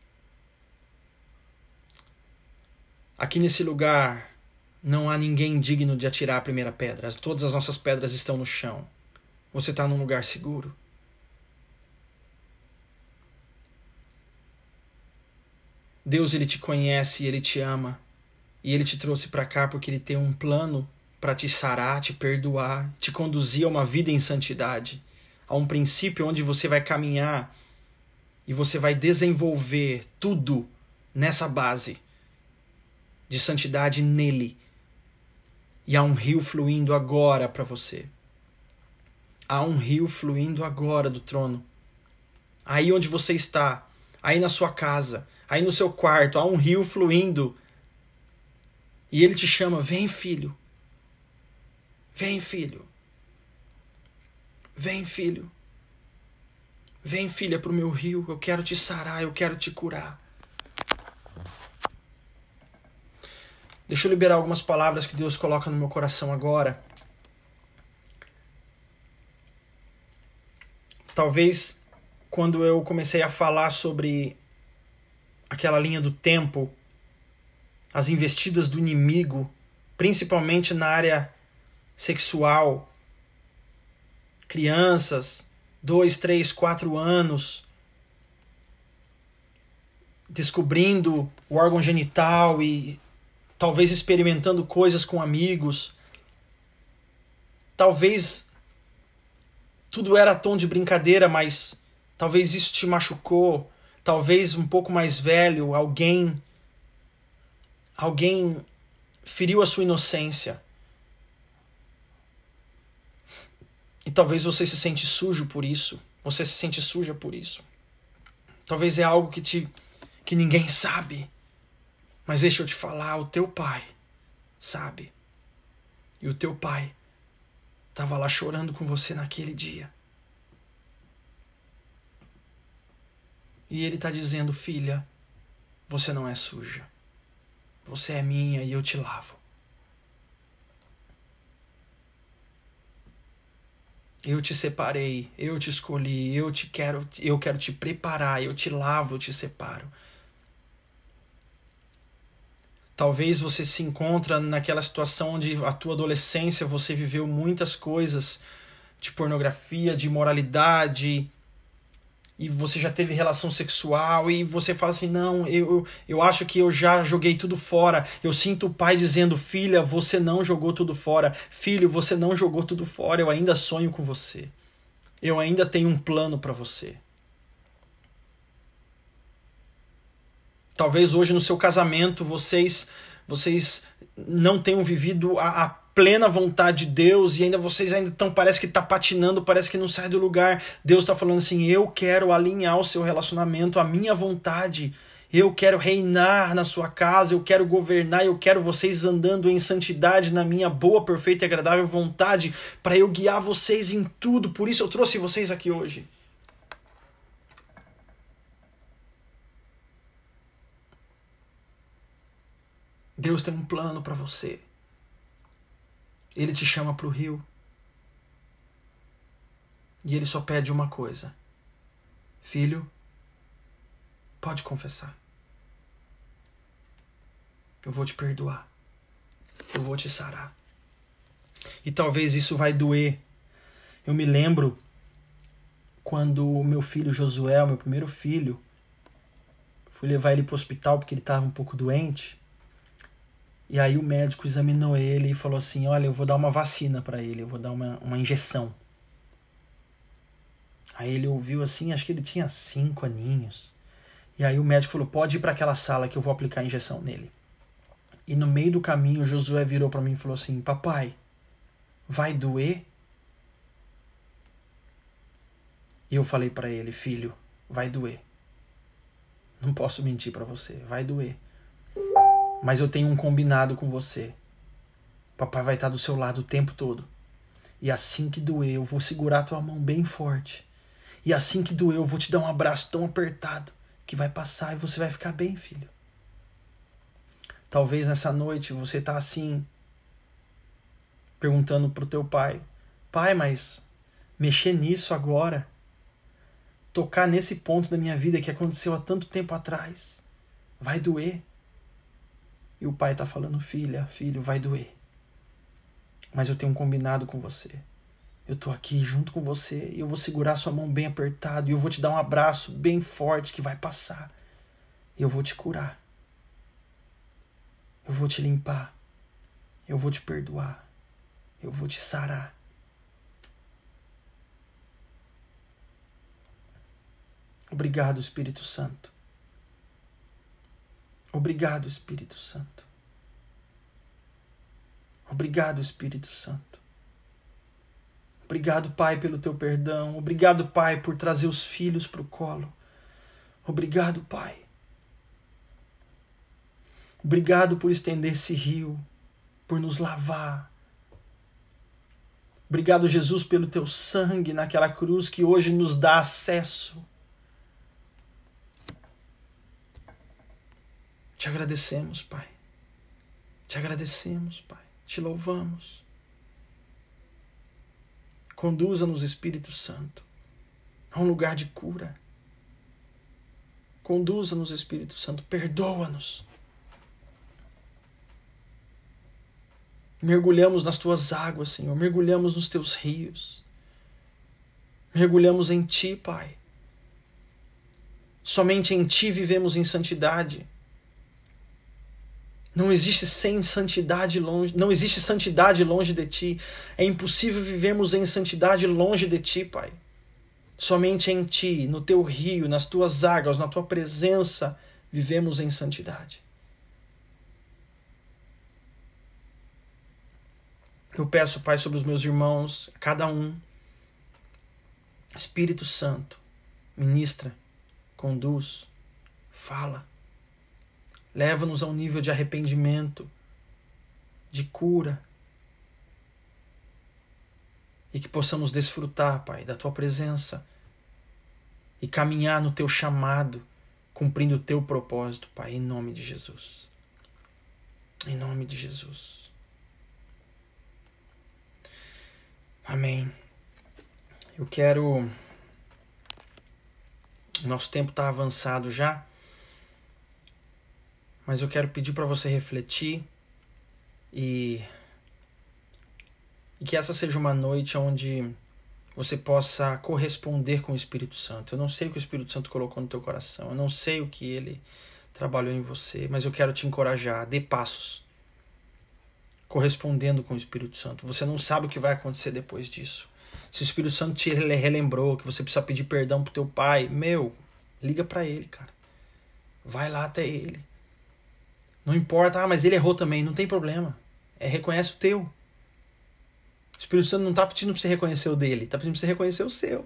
Aqui nesse lugar não há ninguém digno de atirar a primeira pedra. Todas as nossas pedras estão no chão. Você está num lugar seguro. Deus, Ele te conhece e Ele te ama. E Ele te trouxe para cá porque Ele tem um plano para te sarar, te perdoar, te conduzir a uma vida em santidade. A um princípio onde você vai caminhar e você vai desenvolver tudo nessa base de santidade nele. E há um rio fluindo agora para você. Há um rio fluindo agora do trono. Aí onde você está, aí na sua casa, aí no seu quarto, há um rio fluindo. E ele te chama: vem, filho. Vem, filho. Vem, filho. Vem, filha, para o meu rio. Eu quero te sarar, eu quero te curar. Deixa eu liberar algumas palavras que Deus coloca no meu coração agora. Talvez quando eu comecei a falar sobre aquela linha do tempo, as investidas do inimigo, principalmente na área sexual, crianças, dois, três, quatro anos, descobrindo o órgão genital e talvez experimentando coisas com amigos. Talvez tudo era tom de brincadeira, mas talvez isso te machucou. Talvez um pouco mais velho, alguém, alguém feriu a sua inocência. E talvez você se sente sujo por isso. Você se sente suja por isso. Talvez é algo que, te, que ninguém sabe. Mas deixa eu te falar, o teu pai sabe. E o teu pai estava lá chorando com você naquele dia. E ele está dizendo: filha, você não é suja. Você é minha e eu te lavo. Eu te separei, eu te escolhi, eu te quero, eu quero te preparar, eu te lavo, eu te separo. Talvez você se encontra naquela situação onde a tua adolescência você viveu muitas coisas de pornografia, de imoralidade, e você já teve relação sexual, e você fala assim, não, eu, eu acho que eu já joguei tudo fora. Eu sinto o pai dizendo, filha, você não jogou tudo fora. Filho, você não jogou tudo fora, eu ainda sonho com você. Eu ainda tenho um plano para você. Talvez hoje no seu casamento vocês, vocês não tenham vivido a, a plena vontade de Deus e ainda vocês ainda estão, parece que está patinando, parece que não sai do lugar. Deus está falando assim, eu quero alinhar o seu relacionamento à minha vontade. Eu quero reinar na sua casa, eu quero governar, eu quero vocês andando em santidade na minha boa, perfeita e agradável vontade para eu guiar vocês em tudo. Por isso eu trouxe vocês aqui hoje. Deus tem um plano para você. Ele te chama para o rio. E ele só pede uma coisa. Filho, pode confessar. Eu vou te perdoar. Eu vou te sarar. E talvez isso vai doer. Eu me lembro quando o meu filho Josué, meu primeiro filho, fui levar ele para o hospital porque ele estava um pouco doente. E aí o médico examinou ele e falou assim, olha, eu vou dar uma vacina para ele, eu vou dar uma, uma injeção. Aí ele ouviu assim, acho que ele tinha cinco aninhos. E aí o médico falou, pode ir para aquela sala que eu vou aplicar a injeção nele. E no meio do caminho, Josué virou para mim e falou assim, papai, vai doer? E eu falei para ele, filho, vai doer. Não posso mentir para você, vai doer. Mas eu tenho um combinado com você. Papai vai estar do seu lado o tempo todo. E assim que doer, eu vou segurar a tua mão bem forte. E assim que doer, eu vou te dar um abraço tão apertado que vai passar e você vai ficar bem, filho. Talvez nessa noite você está assim, perguntando pro teu pai, pai, mas mexer nisso agora, tocar nesse ponto da minha vida que aconteceu há tanto tempo atrás, vai doer? E o pai está falando, filha, filho, vai doer. Mas eu tenho um combinado com você. Eu estou aqui junto com você e eu vou segurar sua mão bem apertado e eu vou te dar um abraço bem forte que vai passar. E eu vou te curar. Eu vou te limpar. Eu vou te perdoar. Eu vou te sarar. Obrigado, Espírito Santo. Obrigado, Espírito Santo. Obrigado, Espírito Santo. Obrigado, Pai, pelo teu perdão. Obrigado, Pai, por trazer os filhos para o colo. Obrigado, Pai. Obrigado por estender esse rio, por nos lavar. Obrigado, Jesus, pelo teu sangue naquela cruz que hoje nos dá acesso. Te agradecemos, Pai. Te agradecemos, Pai. Te louvamos. Conduza-nos, Espírito Santo, a um lugar de cura. Conduza-nos, Espírito Santo. Perdoa-nos. Mergulhamos nas tuas águas, Senhor. Mergulhamos nos teus rios. Mergulhamos em ti, Pai. Somente em ti vivemos em santidade. Não existe sem santidade longe, não existe santidade longe de ti. É impossível vivermos em santidade longe de ti, Pai. Somente em ti, no teu rio, nas tuas águas, na tua presença, vivemos em santidade. Eu peço, Pai, sobre os meus irmãos, cada um, Espírito Santo, ministra, conduz, fala. Leva-nos a um nível de arrependimento, de cura. E que possamos desfrutar, Pai, da tua presença. E caminhar no teu chamado, cumprindo o teu propósito, Pai, em nome de Jesus. Em nome de Jesus. Amém. Eu quero... Nosso tempo está avançado já. Mas eu quero pedir para você refletir e, e que essa seja uma noite onde você possa corresponder com o Espírito Santo. Eu não sei o que o Espírito Santo colocou no teu coração, eu não sei o que ele trabalhou em você, mas eu quero te encorajar, dê passos, correspondendo com o Espírito Santo. Você não sabe o que vai acontecer depois disso. Se o Espírito Santo te relembrou que você precisa pedir perdão pro teu pai, meu, liga para ele, cara. Vai lá até ele. Não importa, ah, mas ele errou também, não tem problema. É, reconhece o teu. O Espírito Santo não tá pedindo pra você reconhecer o dele, tá pedindo pra você reconhecer o seu.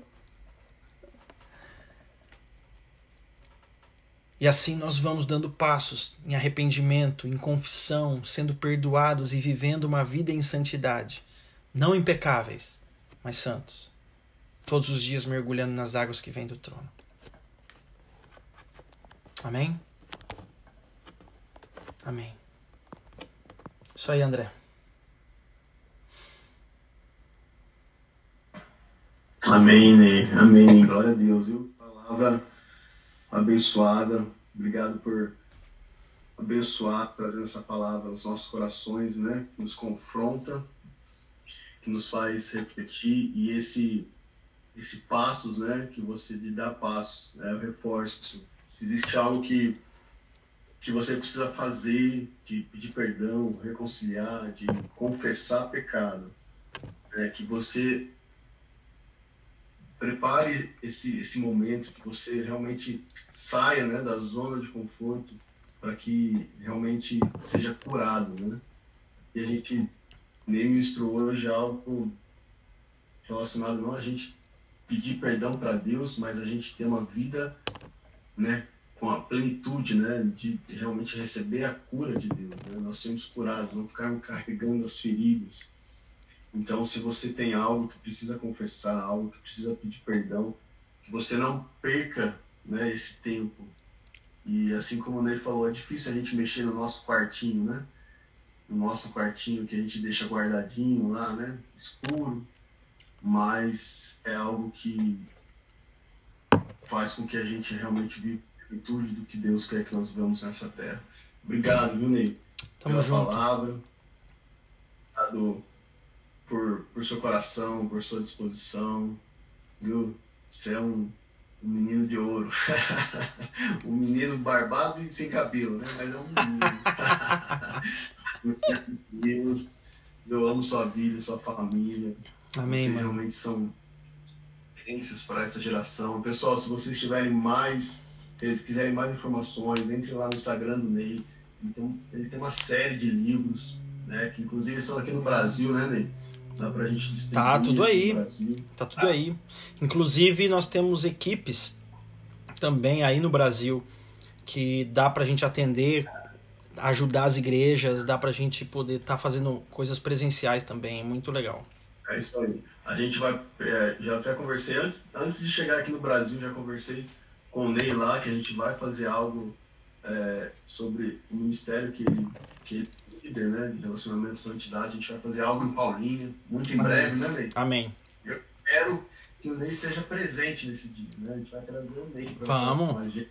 E assim nós vamos dando passos em arrependimento, em confissão, sendo perdoados e vivendo uma vida em santidade. Não impecáveis, mas santos. Todos os dias mergulhando nas águas que vêm do trono. Amém? Amém. Isso aí, André. Amém, Ney. Amém. Glória a Deus, viu? Palavra abençoada. Obrigado por abençoar, trazendo essa palavra aos nossos corações, né? Que nos confronta, que nos faz refletir. E esse, esse passos, né? Que você de dar passos, né? Eu reforço. Se existe algo que, que você precisa fazer, de pedir perdão, reconciliar, de confessar pecado, né? Que você prepare esse, esse momento, que você realmente saia, né, da zona de conforto, para que realmente seja curado, né? E a gente nem ministrou hoje algo relacionado não a gente pedir perdão para Deus, mas a gente ter uma vida, né, com a plenitude, né, de realmente receber a cura de Deus, né? Nós sermos curados, não ficarmos carregando as feridas. Então, se você tem algo que precisa confessar, algo que precisa pedir perdão, que você não perca, né, esse tempo. E assim como o Ney falou, é difícil a gente mexer no nosso quartinho, né? No nosso quartinho que a gente deixa guardadinho lá, né? Escuro. Mas é algo que faz com que a gente realmente viva a plenitude do que Deus quer que nós vivamos nessa terra. Obrigado, viu, Ney? Tamo pela junto. palavra. Obrigado por, por seu coração, por sua disposição, viu? Você é um, um menino de ouro. Um menino barbado e sem cabelo, né? Mas é um menino. Deus, eu amo sua vida, sua família. Amém, vocês mano. realmente são referências para essa geração. Pessoal, se vocês tiverem mais, se eles quiserem mais informações, entre lá no Instagram do Ney. Então, ele tem uma série de livros, né? Que inclusive estão aqui no Brasil, né, Ney? Dá pra gente distribuir Tá tudo aqui aí. no Brasil. Tá tudo aí. Inclusive, nós temos equipes também aí no Brasil que dá pra gente atender, ajudar as igrejas, dá pra gente poder estar tá fazendo coisas presenciais também. É muito legal. É isso aí. A gente vai, é, já até conversei, antes, antes de chegar aqui no Brasil, já conversei com o Ney lá, que a gente vai fazer algo é, sobre o ministério que ele, que ele é líder, né, de relacionamento e santidade. A gente vai fazer algo em Paulinha, muito em breve, né, Ney? Amém. Eu espero que o Ney esteja presente nesse dia, né? A gente vai trazer o Ney pra Vamos. com a gente.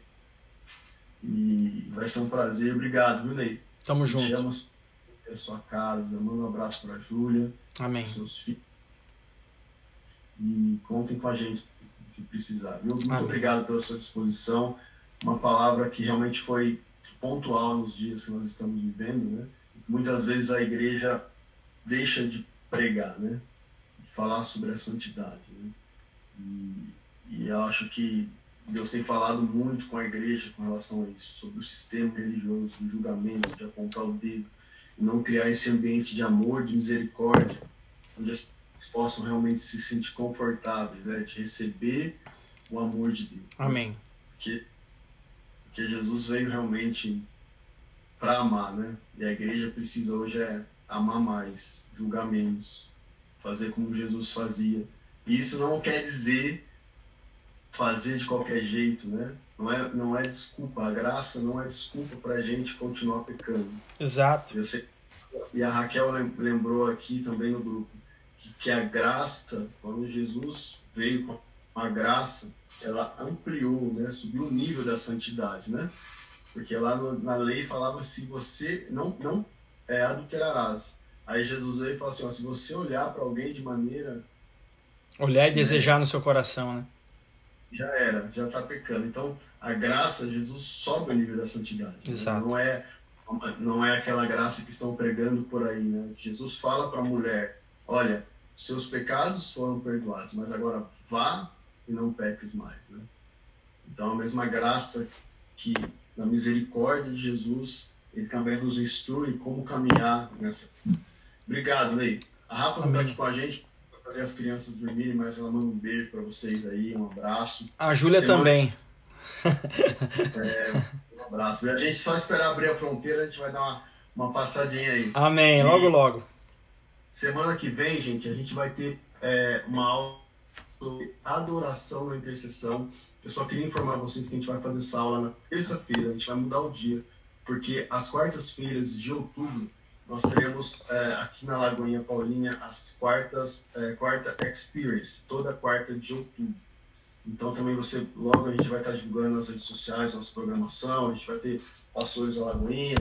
E vai ser um prazer. Obrigado, viu, Ney? Tamo junto. Chama a sua casa, manda um abraço pra Júlia, Amém. seus filhos. E contem com a gente o que precisar, viu? Muito Amém. obrigado pela sua disposição. Uma palavra que realmente foi pontual nos dias que nós estamos vivendo, né? Muitas vezes a igreja deixa de pregar, né? De falar sobre a santidade, né? E, e eu acho que Deus tem falado muito com a igreja com relação a isso, sobre o sistema religioso, do julgamento, de apontar o dedo, e não criar esse ambiente de amor, de misericórdia, onde as pessoas possam realmente se sentir confortáveis, né, de receber o amor de Deus. Amém. Porque, porque Jesus veio realmente para amar, né? E a igreja precisa hoje é amar mais, julgar menos, fazer como Jesus fazia. E isso não quer dizer fazer de qualquer jeito, né? Não é, não é desculpa. A graça não é desculpa para a gente continuar pecando. Exato. Eu sei, e a Raquel lembrou aqui também no grupo que, que a graça, quando Jesus veio com a graça, ela ampliou, né? Subiu o nível da santidade, né? Porque lá no, na lei falava se você não, não é, adulterarás. Aí Jesus veio e falou assim, ó, se você olhar para alguém de maneira... Olhar e desejar no seu coração, né? Já era, já está pecando. Então, a graça, Jesus sobe o nível da santidade. Exato. Né? Não é, não é aquela graça que estão pregando por aí, né? Jesus fala para a mulher, olha, seus pecados foram perdoados, mas agora vá e não peques mais, né? Então, a mesma graça que na misericórdia de Jesus, ele também nos instrui como caminhar nessa. Obrigado, Ney. A Rafa não está aqui com a gente para fazer as crianças dormirem, mas ela manda um beijo para vocês aí, um abraço. A Júlia Semana... também. É, um abraço. E a gente só esperar abrir a fronteira, a gente vai dar uma, uma passadinha aí. Amém, logo, e logo. Semana que vem, gente, a gente vai ter é, uma aula sobre adoração na intercessão. Eu só queria informar vocês que a gente vai fazer essa aula na terça-feira, a gente vai mudar o dia, porque às quartas-feiras de outubro nós teremos é, aqui na Lagoinha Paulinha as quartas, é, quarta Experience, toda quarta de outubro. Então também você, logo a gente vai estar divulgando nas redes sociais, nossa programação, a gente vai ter pastores da Lagoinha,